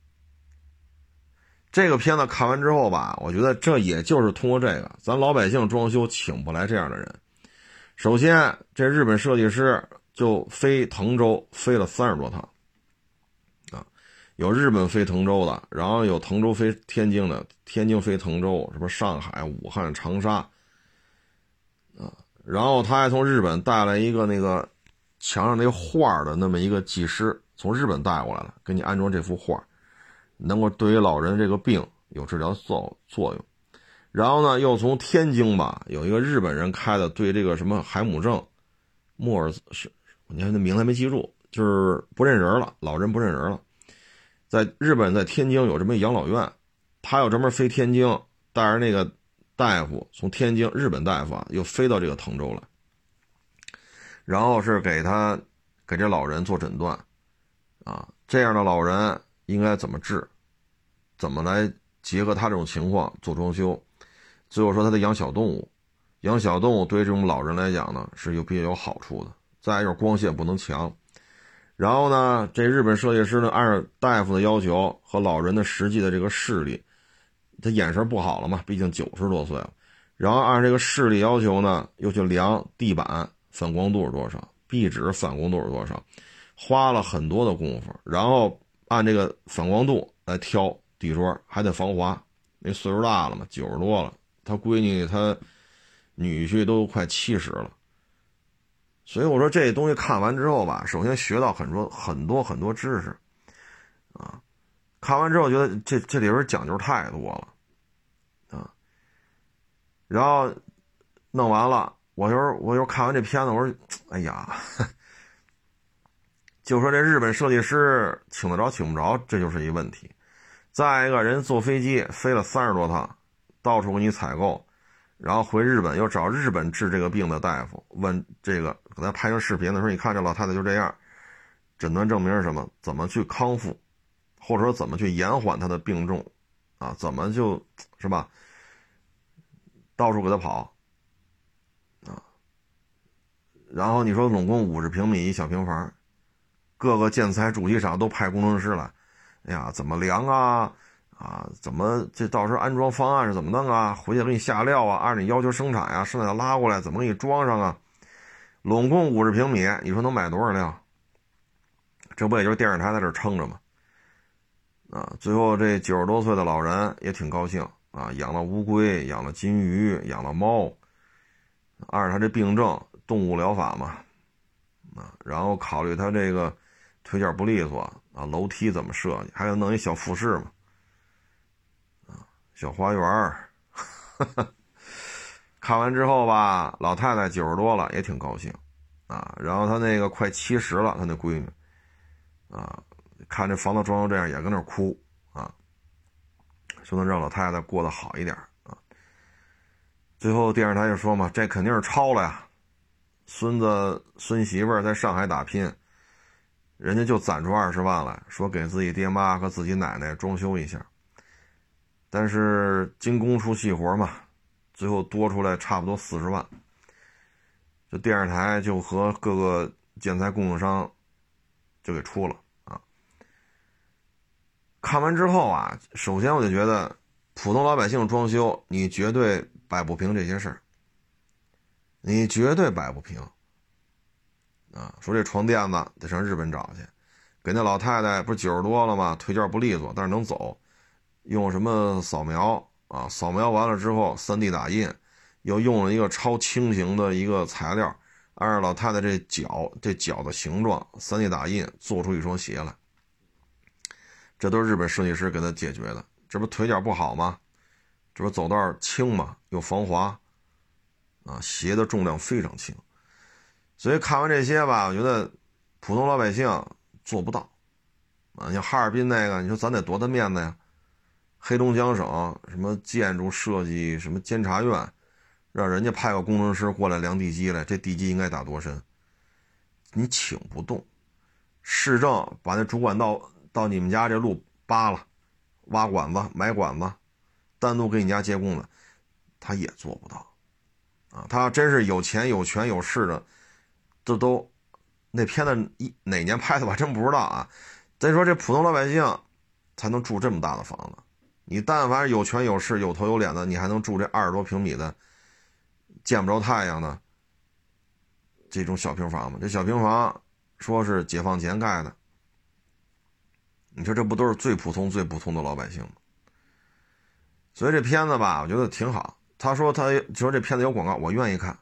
这个片子看完之后吧，我觉得这也就是通过这个，咱老百姓装修请不来这样的人。首先，这日本设计师就飞滕州飞了30多趟啊，有日本飞滕州的，然后有滕州飞天津的，天津飞滕州，什么上海、武汉、长沙啊，然后他还从日本带来一个那个墙上那画的那么一个技师，从日本带过来了，给你安装这幅画，能够对于老人这个病有治疗作用。然后呢，又从天津吧，有一个日本人开的对这个什么海姆症，莫尔是，你看那名字还没记住，就是不认人了，老人不认人了。在日本，在天津有这么一养老院，他要专门飞天津，带着那个大夫从天津日本大夫啊，又飞到这个滕州来，然后是给他给这老人做诊断啊，这样的老人应该怎么治，怎么来结合他这种情况做装修。最后说他的养小动物，养小动物对这种老人来讲呢是比较有好处的。再一个光线不能强。然后呢，这日本设计师呢按照大夫的要求和老人的实际的这个视力，他眼神不好了嘛，毕竟90多岁了。然后按这个视力要求呢，又去量地板反光度是多少，壁纸反光度是多少，花了很多的功夫。然后按这个反光度来挑地砖，还得防滑。那岁数大了嘛，90多了，他闺女他女婿都快70了。所以我说这东西看完之后吧，首先学到很多知识啊。看完之后觉得这里边讲究太多了啊。然后弄完了，我又看完这片子，我说哎呀，就说这日本设计师请得着请不着，这就是一问题。再一个人坐飞机飞了30多趟，到处给你采购，然后回日本又找日本治这个病的大夫，问这个给他拍成视频的时候，你看这老太太就这样，诊断证明是什么，怎么去康复，或者说怎么去延缓她的病重啊，怎么就是吧，到处给他跑啊。然后你说拢共50平米一小平房，各个建材主机厂都派工程师来，哎呀，怎么量啊？怎么这到时候安装方案是怎么弄啊？回去给你下料啊，按照你要求生产呀，生产拉过来怎么给你装上啊？拢共50平米，你说能买多少辆？这不也就是电视台在这撑着吗？啊，最后这90多岁的老人也挺高兴啊，养了乌龟，养了金鱼，养了猫，按照他这病症，动物疗法嘛，啊，然后考虑他这个腿脚不利索啊，楼梯怎么设计，还有弄一小复式嘛。小花园看完之后吧，老太太90多了也挺高兴啊。然后她那个快70了，她那闺女啊，看这房子装成这样也跟那哭啊，说能让老太太过得好一点啊。最后电视台就说嘛，这肯定是抄了呀，孙媳妇在上海打拼，人家就攒出20万来，说给自己爹妈和自己奶奶装修一下。但是精工出细活嘛，最后多出来差不多40万，这电视台就和各个建材供应商就给出了啊。看完之后啊，首先我就觉得普通老百姓装修你绝对摆不平这些事儿，你绝对摆不平啊。说这床垫子得上日本找去，给那老太太不是90多了吗，腿脚不利索但是能走，用什么扫描啊？扫描完了之后 3D 打印，又用了一个超轻型的一个材料，按照老太太这脚的形状 3D 打印做出一双鞋来。这都是日本设计师给他解决的。这不腿脚不好吗？这不走道轻吗？又防滑啊，鞋的重量非常轻。所以看完这些吧，我觉得普通老百姓做不到啊。像哈尔滨那个，你说咱得多大面子呀？黑龙江省什么建筑设计什么监察院，让人家派个工程师过来量地基来，这地基应该打多深？你请不动。市政把那主管道到你们家这路扒了，挖管子埋管子，单独给你家接供的，他也做不到啊。他要真是有钱有权有势的，这都那片子哪年拍的我真不知道啊。再说这普通老百姓才能住这么大的房子，你但凡有权有势有头有脸的，你还能住这20多平米的见不着太阳的这种小平房吗？这小平房说是解放前盖的，你说这不都是最普通的老百姓吗？所以这片子吧，我觉得挺好。他说这片子有广告，我愿意看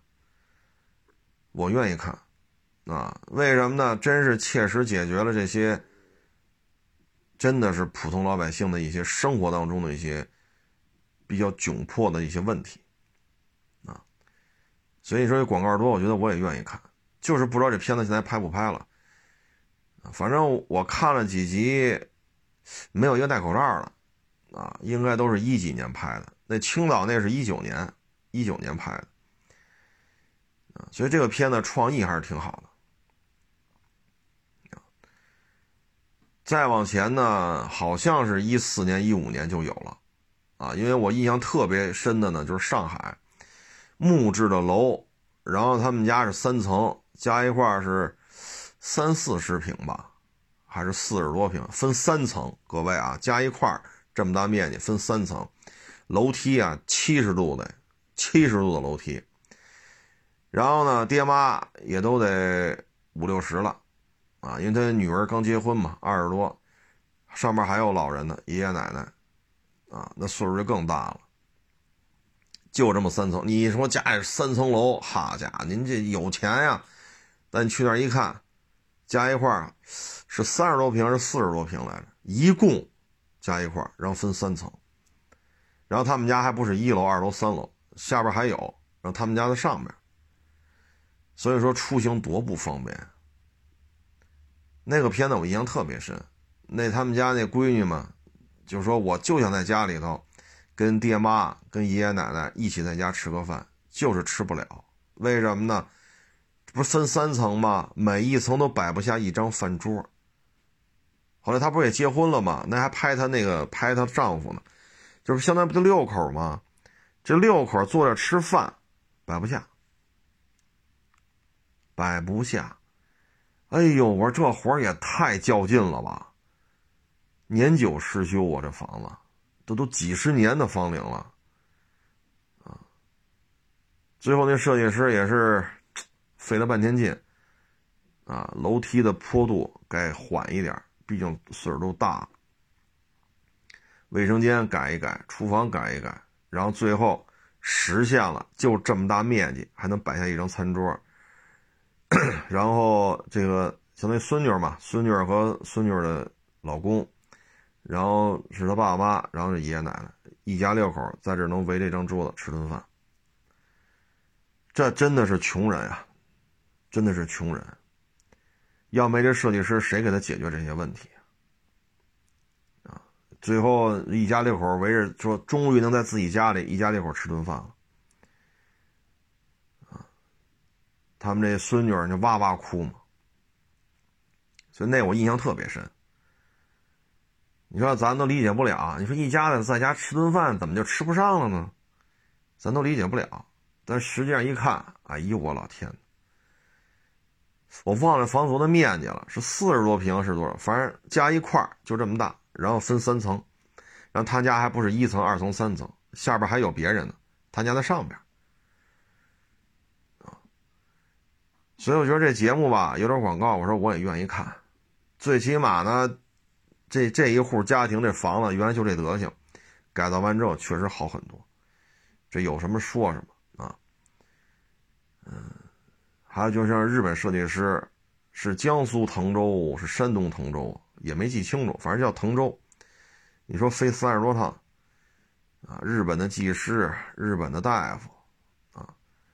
啊。为什么呢？真是切实解决了这些真的是普通老百姓的一些生活当中的一些比较窘迫的一些问题啊。所以说广告多，我觉得我也愿意看，就是不知道这片子现在拍不拍了。反正我看了几集，没有一个戴口罩的啊，应该都是10几年拍的。那青岛那是19年拍的啊，所以这个片子创意还是挺好的再往前呢，好像是14年、15年就有了啊，因为我印象特别深的呢，就是上海木质的楼，然后他们家是3层，加一块是30-40平吧，还是40多平，分3层，各位啊，加一块这么大面积分3层，楼梯啊70度的楼梯，然后呢，爹妈也都得50-60了啊，因为他女儿刚结婚嘛，20多，上面还有老人呢，爷爷奶奶啊，那岁数就更大了。就这么3层，你说家里3层楼，好家伙，您这有钱呀！但你去那儿一看，加一块是30多平还是40多平来着？一共加一块，然后分3层，然后他们家还不是1楼、2楼、3楼，下边还有，然后他们家在上面，所以说出行多不方便。那个片子我印象特别深，那他们家那闺女嘛，就说我就想在家里头跟爹妈跟爷爷奶奶一起在家吃个饭，就是吃不了。为什么呢？不是分3层吗？每一层都摆不下一张饭桌。后来她不是也结婚了吗？那还拍她丈夫呢，就是相当于不就6口吗？这6口坐着吃饭摆不下。哎呦，我说这活也太较劲了吧，年久失修啊，这房子都几十年的房龄了啊！最后那设计师也是费了半天劲啊，楼梯的坡度该缓一点，毕竟岁数都大了。卫生间改一改，厨房改一改，然后最后实现了就这么大面积还能摆下一张餐桌。然后这个相当于孙女嘛，孙女和孙女的老公，然后是他爸妈，然后是爷爷奶奶，一家6口在这能围这张桌子吃顿饭。这真的是穷人啊，真的是穷人。要没这设计师，谁给他解决这些问题啊？最后一家6口围着说，终于能在自己家里一家6口吃顿饭了。他们这孙女儿就哇哇哭嘛，所以那我印象特别深。你说咱都理解不了，你说一家子在家吃顿饭怎么就吃不上了呢？咱都理解不了。但实际上一看，哎呦我老天，我忘了房子的面积了，是40多平是多少？反正加一块就这么大，然后分3层，然后他家还不是1层、2层、3层，下边还有别人呢，他家在上边。所以我觉得这节目吧有点广告，我说我也愿意看，最起码呢，这一户家庭这房子原来就这德行，改造完之后确实好很多，这有什么说什么啊。还有就像日本设计师是江苏滕州是山东滕州也没记清楚，反正叫滕州，你说飞30多趟啊，日本的技师，日本的大夫啊，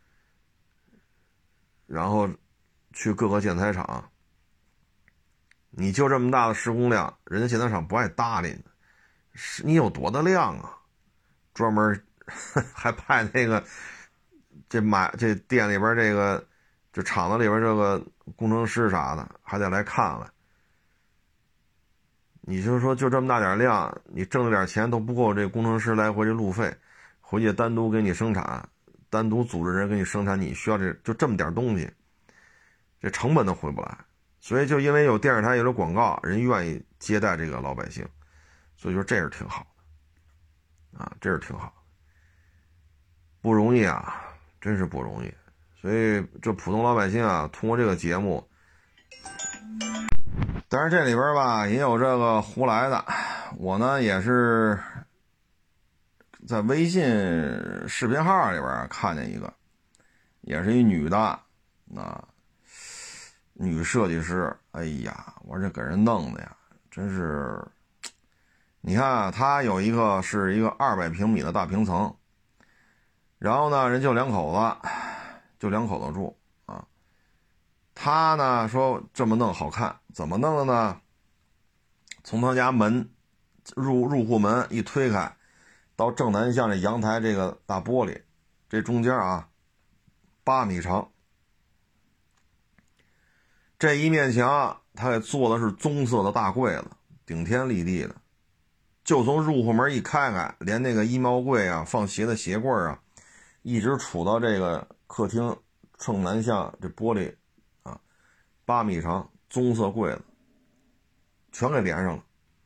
然后去各个建材厂，你就这么大的施工量，人家建材厂不爱搭理你，是你有多大量啊？专门还派那个这店里边这厂子里边这个工程师啥的还得来看了。你就说就这么大点量，你挣了点钱都不够这工程师来回这路费，回去单独给你生产，单独组织人给你生产你需要就这么点东西，这成本都回不来。所以就因为有电视台有了广告，人愿意接待这个老百姓，所以说这是挺好的啊，这是挺好的，不容易啊，真是不容易。所以这普通老百姓啊，通过这个节目，但是这里边吧也有这个胡来的。我呢也是在微信视频号里边看见一个，也是一女的啊，女设计师。哎呀，我这给人弄的呀，真是，你看她有一个是一个200平米的大平层，然后呢人就2口子，就2口子住啊。他呢说这么弄好看，怎么弄的呢？从他家门入户门一推开，到正南向这阳台这个大玻璃，这中间啊8米长，这一面墙他给做的是棕色的大柜子， 顶天立地的，就从入户门一开开，连那个衣帽柜啊、放鞋的鞋柜啊，一直杵到这个客厅正南向这玻璃啊，8米长棕色柜子，全给连上了。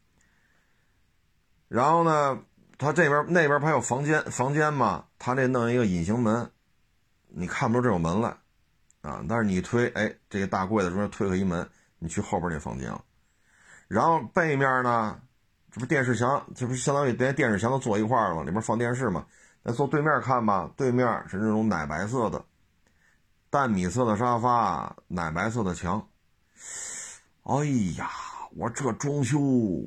然后呢，他这边那边还有房间嘛，他这弄一个隐形门，你看不出这有门来啊，但是你推，哎，这个大柜子中间推开一门，你去后边这房间了。然后背面呢，这不电视墙，这不相当于连电视墙都坐一块了吗？里边放电视嘛。那坐对面看吧，对面是那种奶白色的淡米色的沙发，奶白色的墙。哎呀，我这装修，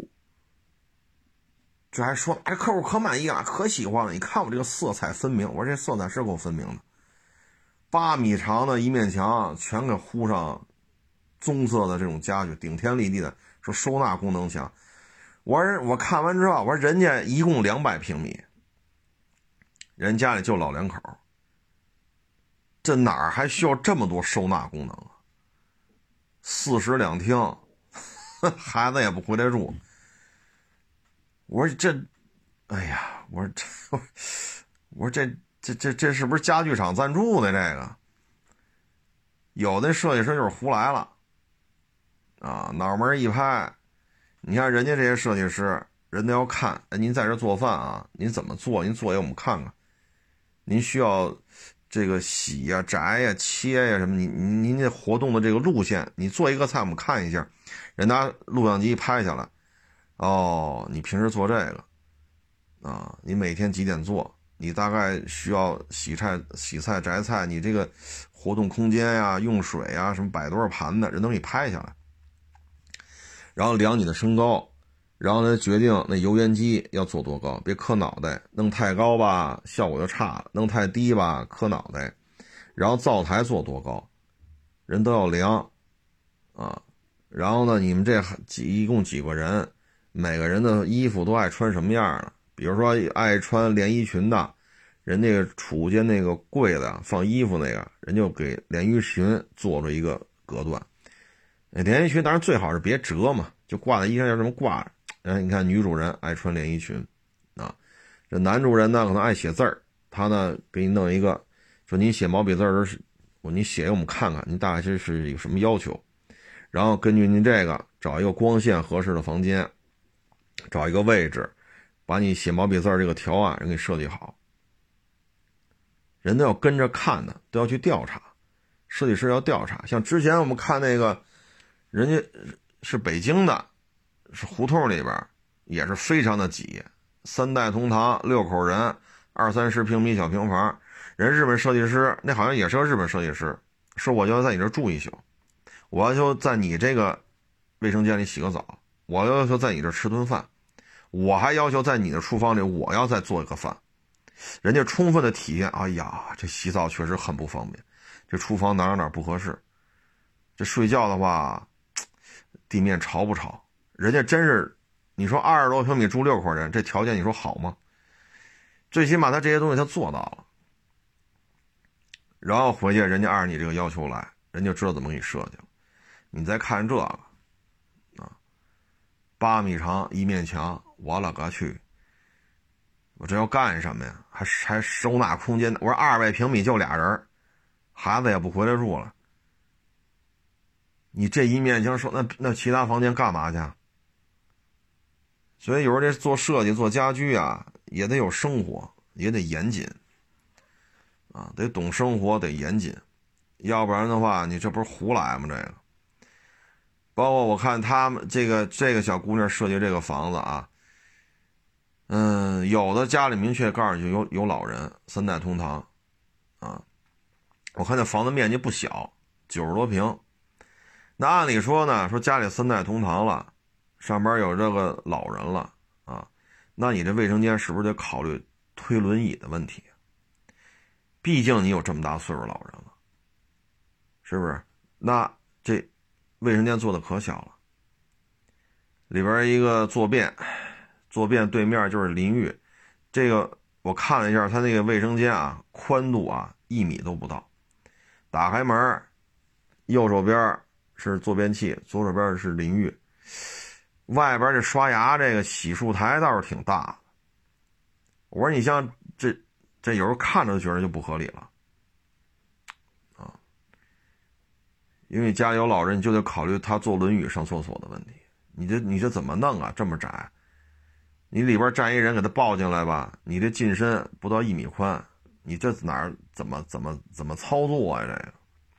这还说，哎，客户可满意了，可喜欢了。你看我这个色彩分明，我说这色彩是够分明的。8米长的一面墙，全给糊上棕色的这种家具，顶天立地的，说收纳功能墙。我看完之后，我说人家一共200平米，人家里就老两口，这哪儿还需要这么多收纳功能啊？4室2厅，孩子也不回来住。我说这，哎呀，我说这是不是家具厂赞助的？这个有的设计师就是胡来了啊，脑门一拍。你看人家这些设计师，人都要看，哎，您在这做饭啊，您怎么做？您做给我们看看。您需要这个洗呀、摘呀、切呀什么，您这活动的这个路线，你做一个菜我们看一下，人拿录像机拍下来。哦，你平时做这个啊，你每天几点做？你大概需要洗菜、摘菜，你这个活动空间呀、用水呀，什么摆多少盘的，人都给你拍下来。然后量你的身高，然后呢决定那油烟机要做多高，别磕脑袋，弄太高吧效果就差了，弄太低吧磕脑袋。然后灶台做多高，人都要量啊。然后呢，你们这一共几个人，每个人的衣服都爱穿什么样的？比如说爱穿连衣裙的，人那个储物间那个柜子放衣服那个，人就给连衣裙做了一个隔断。连衣裙当然最好是别折嘛，就挂在衣上要这么挂着。你看女主人爱穿连衣裙啊，这男主人呢可能爱写字儿，他呢给你弄一个，说你写毛笔字儿是，你写给我们看看，您大概是一个什么要求，然后根据您这个找一个光线合适的房间，找一个位置，把你写毛笔字儿这个条案人给设计好。人都要跟着看的，都要去调查，设计师要调查。像之前我们看那个人家是北京的，是胡同里边也是非常的挤，3代同堂，6口人，20-30平米小平房。人日本设计师，那好像也是个日本设计师，说我就要在你这住一宿，我要求在你这个卫生间里洗个澡，我要求在你这吃顿饭，我还要求在你的厨房里我要再做一个饭。人家充分的体验，哎呀，这洗澡确实很不方便，这厨房哪不合适，这睡觉的话地面潮不潮？人家真是，你说20多平米住6口人，这条件你说好吗？最起码他这些东西他做到了，然后回去人家按照你这个要求来，人就知道怎么给你设计了。你再看这个啊，8米长一面墙，我勒个去！我这要干什么呀？还收纳空间？我说200平米就俩人，孩子也不回来住了。你这一面墙说那其他房间干嘛去？所以有时候这做设计做家居啊，也得有生活，也得严谨啊，得懂生活，得严谨，要不然的话，你这不是胡来吗？这个，包括我看他们这个小姑娘设计这个房子啊。有的家里明确告诉你有老人，3代同堂啊。我看这房子面积不小，90多平。那按理说呢，说家里3代同堂了，上边有这个老人了啊，那你这卫生间是不是得考虑推轮椅的问题？毕竟你有这么大岁数老人了，是不是？那这卫生间做的可小了，里边一个坐便对面就是淋浴。这个我看了一下，它那个卫生间啊，宽度啊1米都不到。打开门，右手边是坐便器，左手边是淋浴。 外边这刷牙这个洗漱台倒是挺大的。我说你像这有时候看着觉得就不合理了啊，因为家里有老人，你就得考虑他坐轮椅上厕所的问题。你这怎么弄啊？这么窄，你里边站一人给他抱进来吧，你这进深不到1米宽，你这哪儿怎么操作啊？这个，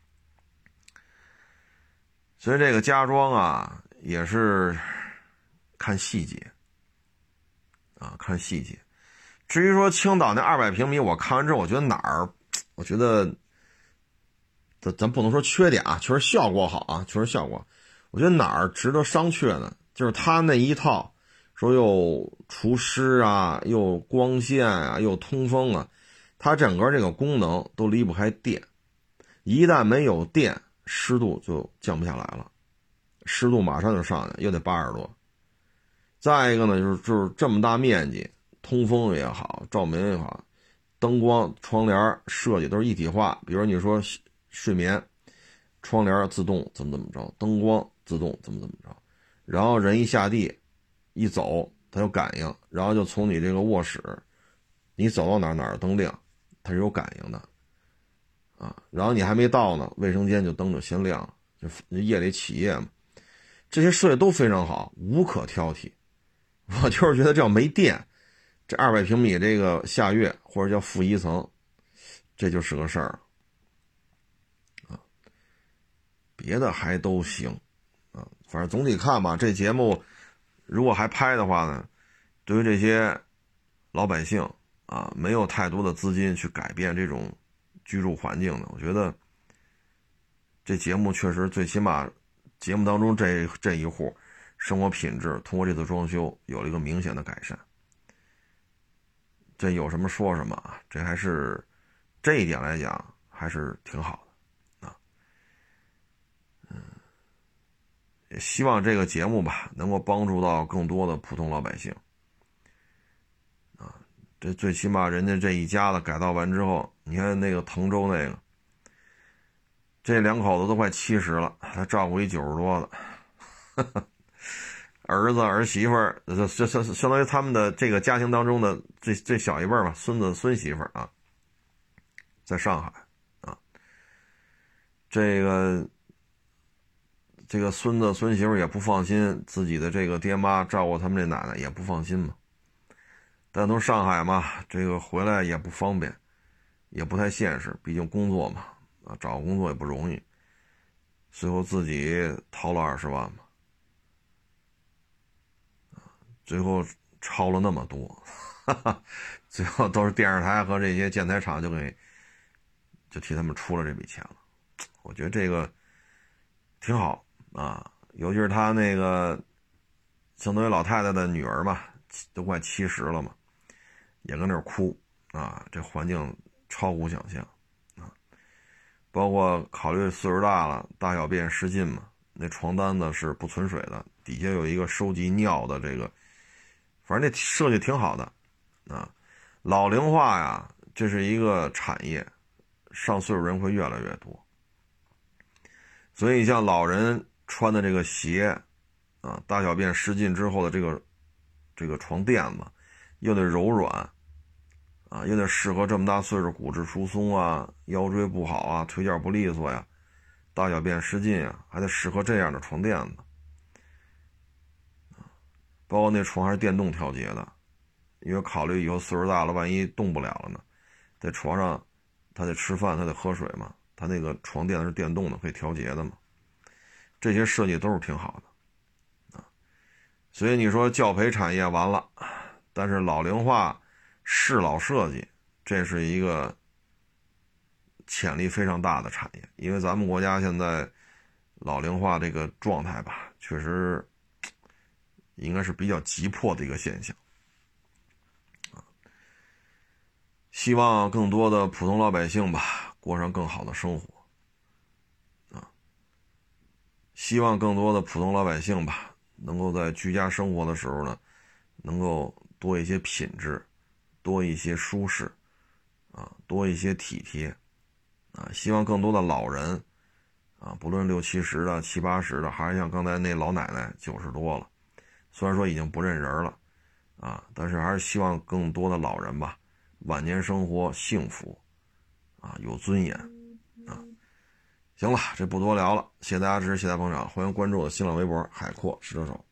所以这个家装啊也是看细节啊，看细节。至于说青岛那200平米，我看完之后，我觉得哪儿，我觉得咱不能说缺点啊，确实效果好啊，确实效果。我觉得哪儿值得商榷呢？就是他那一套说又除湿啊，又光线啊，又通风啊，它整个这个功能都离不开电。一旦没有电，湿度就降不下来了，湿度马上就上去，又得80多。再一个呢，就是这么大面积，通风也好，照明也好，灯光、窗帘设计都是一体化。比如你说睡眠，窗帘自动怎么着，灯光自动怎么着，然后人一下地一走它有感应，然后就从你这个卧室你走到哪儿灯亮，它是有感应的啊。然后你还没到呢，卫生间就灯就先亮了，就夜里起夜嘛。这些设计都非常好，无可挑剔。我就是觉得这要没电，这200平米这个下跃或者叫负1层，这就是个事儿啊。别的还都行啊，反正总体看吧，这节目如果还拍的话呢，对于这些老百姓啊，没有太多的资金去改变这种居住环境的，我觉得这节目确实最起码节目当中这一户生活品质通过这次装修有了一个明显的改善。这有什么说什么啊，这还是这一点来讲还是挺好的啊。也希望这个节目吧能够帮助到更多的普通老百姓啊。这最起码人家这一家子改造完之后，你看那个滕州那个，这2口子都快70了，还照顾一90多的儿子儿媳妇儿，这相当于他们的这个家庭当中的最小一辈吧，孙子孙媳妇儿啊，在上海啊。这个孙子孙媳妇也不放心自己的这个爹妈照顾他们这奶奶，也不放心嘛。但从上海嘛，这个回来也不方便，也不太现实，毕竟工作嘛，啊，找个工作也不容易。最后自己掏了20万嘛，最后超了那么多，哈哈，最后都是电视台和这些建材厂就替他们出了这笔钱了。我觉得这个挺好啊，尤其是他那个相当于老太太的女儿嘛，都快70了嘛，也跟那儿哭啊，这环境超乎想象啊。包括考虑岁数大了，大小便失禁嘛，那床单子是不存水的，底下有一个收集尿的这个，反正那设计挺好的啊。老龄化呀，这是一个产业，上岁数人会越来越多，所以像老人穿的这个鞋啊，大小便失禁之后的这个床垫子又得柔软啊，又得适合这么大岁数骨质疏松啊，腰椎不好啊，腿脚不利索呀，大小便失禁啊，还得适合这样的床垫子。包括那床还是电动调节的，因为考虑以后岁数大了，万一动不了了呢，在床上他得吃饭，他得喝水嘛，他那个床垫是电动的，可以调节的嘛，这些设计都是挺好的啊。所以你说教培产业完了，但是老龄化适老设计，这是一个潜力非常大的产业，因为咱们国家现在老龄化这个状态吧，确实应该是比较急迫的一个现象啊。希望更多的普通老百姓吧过上更好的生活啊，希望更多的普通老百姓吧能够在居家生活的时候呢，能够多一些品质，多一些舒适啊，多一些体贴啊。希望更多的老人啊，不论60、70的、70、80的，还是像刚才那老奶奶90多了， 虽然说已经不认人了啊，但是还是希望更多的老人吧，晚年生活幸福啊，有尊严啊。行了，这不多聊了，谢谢大家支持，谢谢大家捧场，欢迎关注我的新浪微博海阔试车手。